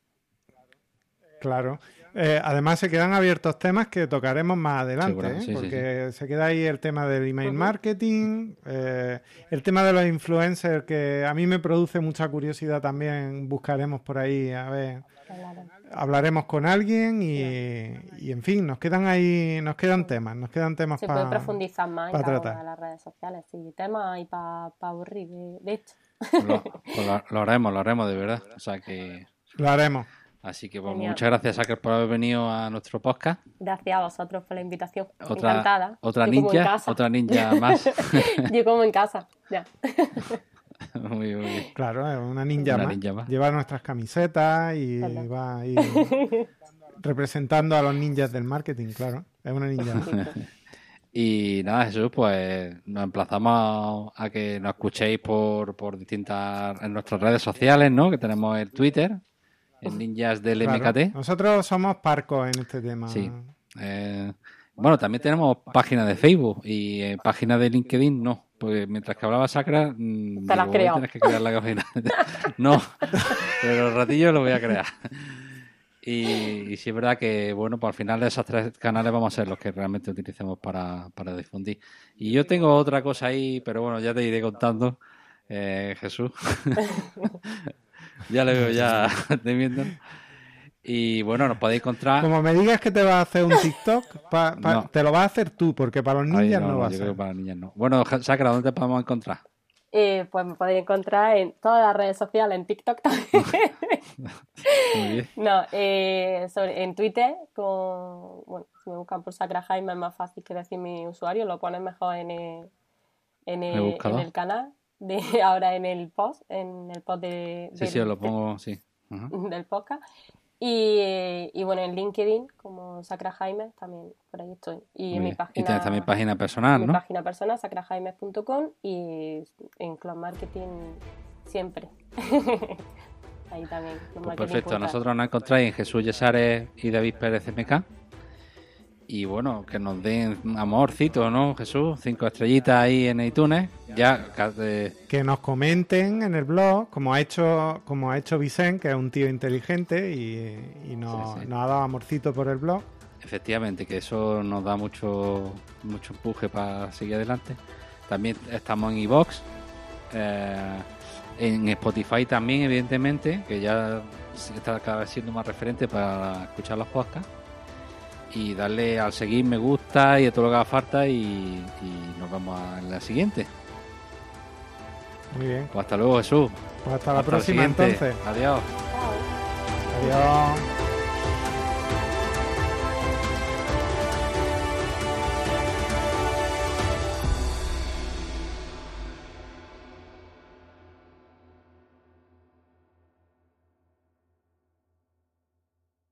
Claro. Además se quedan abiertos temas que tocaremos más adelante, sí, porque sí. se queda ahí el tema del email marketing, el tema de los influencers, que a mí me produce mucha curiosidad también. Buscaremos por ahí, a ver, hablaremos con alguien y en fin, nos quedan temas se puede profundizar más en tratar. Una de las redes sociales, sí, temas ahí para aburrir, de hecho. Lo haremos de verdad, o sea que lo haremos. Así que muchas gracias, Sacra, por haber venido a nuestro podcast. Gracias a vosotros por la invitación. Encantada. Otra ninja más. Yo como en casa, ya. Muy bien. Claro, es una ninja más. Lleva nuestras camisetas y va ahí representando a los ninjas del marketing, claro. Es una ninja más. Y nada, Jesús, pues nos emplazamos a que nos escuchéis por distintas en nuestras redes sociales, ¿no? Que tenemos el Twitter, en Ninjas del MKT. Nosotros somos parcos en este tema. Sí. Bueno, también tenemos página de Facebook y página de LinkedIn no. Porque mientras que hablaba Sacra, te la has creado. Tienes que crear la página. No, pero el ratillo lo voy a crear. Y sí es verdad que, bueno, pues al final de esos 3 canales vamos a ser los que realmente utilicemos para difundir. Y yo tengo otra cosa ahí, pero bueno, ya te iré contando, Jesús. Ya le veo ya temiendo. Y bueno, nos podéis encontrar. Como me digas que te vas a hacer un TikTok, no. Te lo vas a hacer tú, porque para los ninjas no va a yo ser. Creo que para los ninjas no. Bueno, Sacra, ¿dónde te podemos encontrar? Pues me podéis encontrar en todas las redes sociales, en TikTok también. Muy bien. No, en Twitter, si me buscan por Sacra Jaime es más fácil que decir mi usuario, lo pones mejor en el canal. Ahora en el post de Sí, os lo pongo, sí. Del podcast. Y bueno, en LinkedIn, como Sacra Jaime, también por ahí estoy. Y en mi página. Y tienes también página personal, ¿no? Mi página personal, sacrajaimes.com, y en Cloud Marketing siempre. Ahí también. Pues perfecto, nosotros nos encontráis en Jesús Yesares y David Pérez MK. Y bueno, que nos den amorcito, ¿no, Jesús? 5 estrellitas ahí en iTunes. Que nos comenten en el blog, como ha hecho Vicente, que es un tío inteligente y nos ha dado amorcito por el blog. Efectivamente, que eso nos da mucho empuje para seguir adelante. También estamos en iVoox, en Spotify también, evidentemente, que ya está cada vez siendo más referente para escuchar los podcasts. Y darle al seguir, me gusta y a todo lo que haga falta y nos vemos en la siguiente. Muy bien. Pues hasta luego, Jesús. Pues hasta la próxima, entonces. Adiós. Chao. Adiós.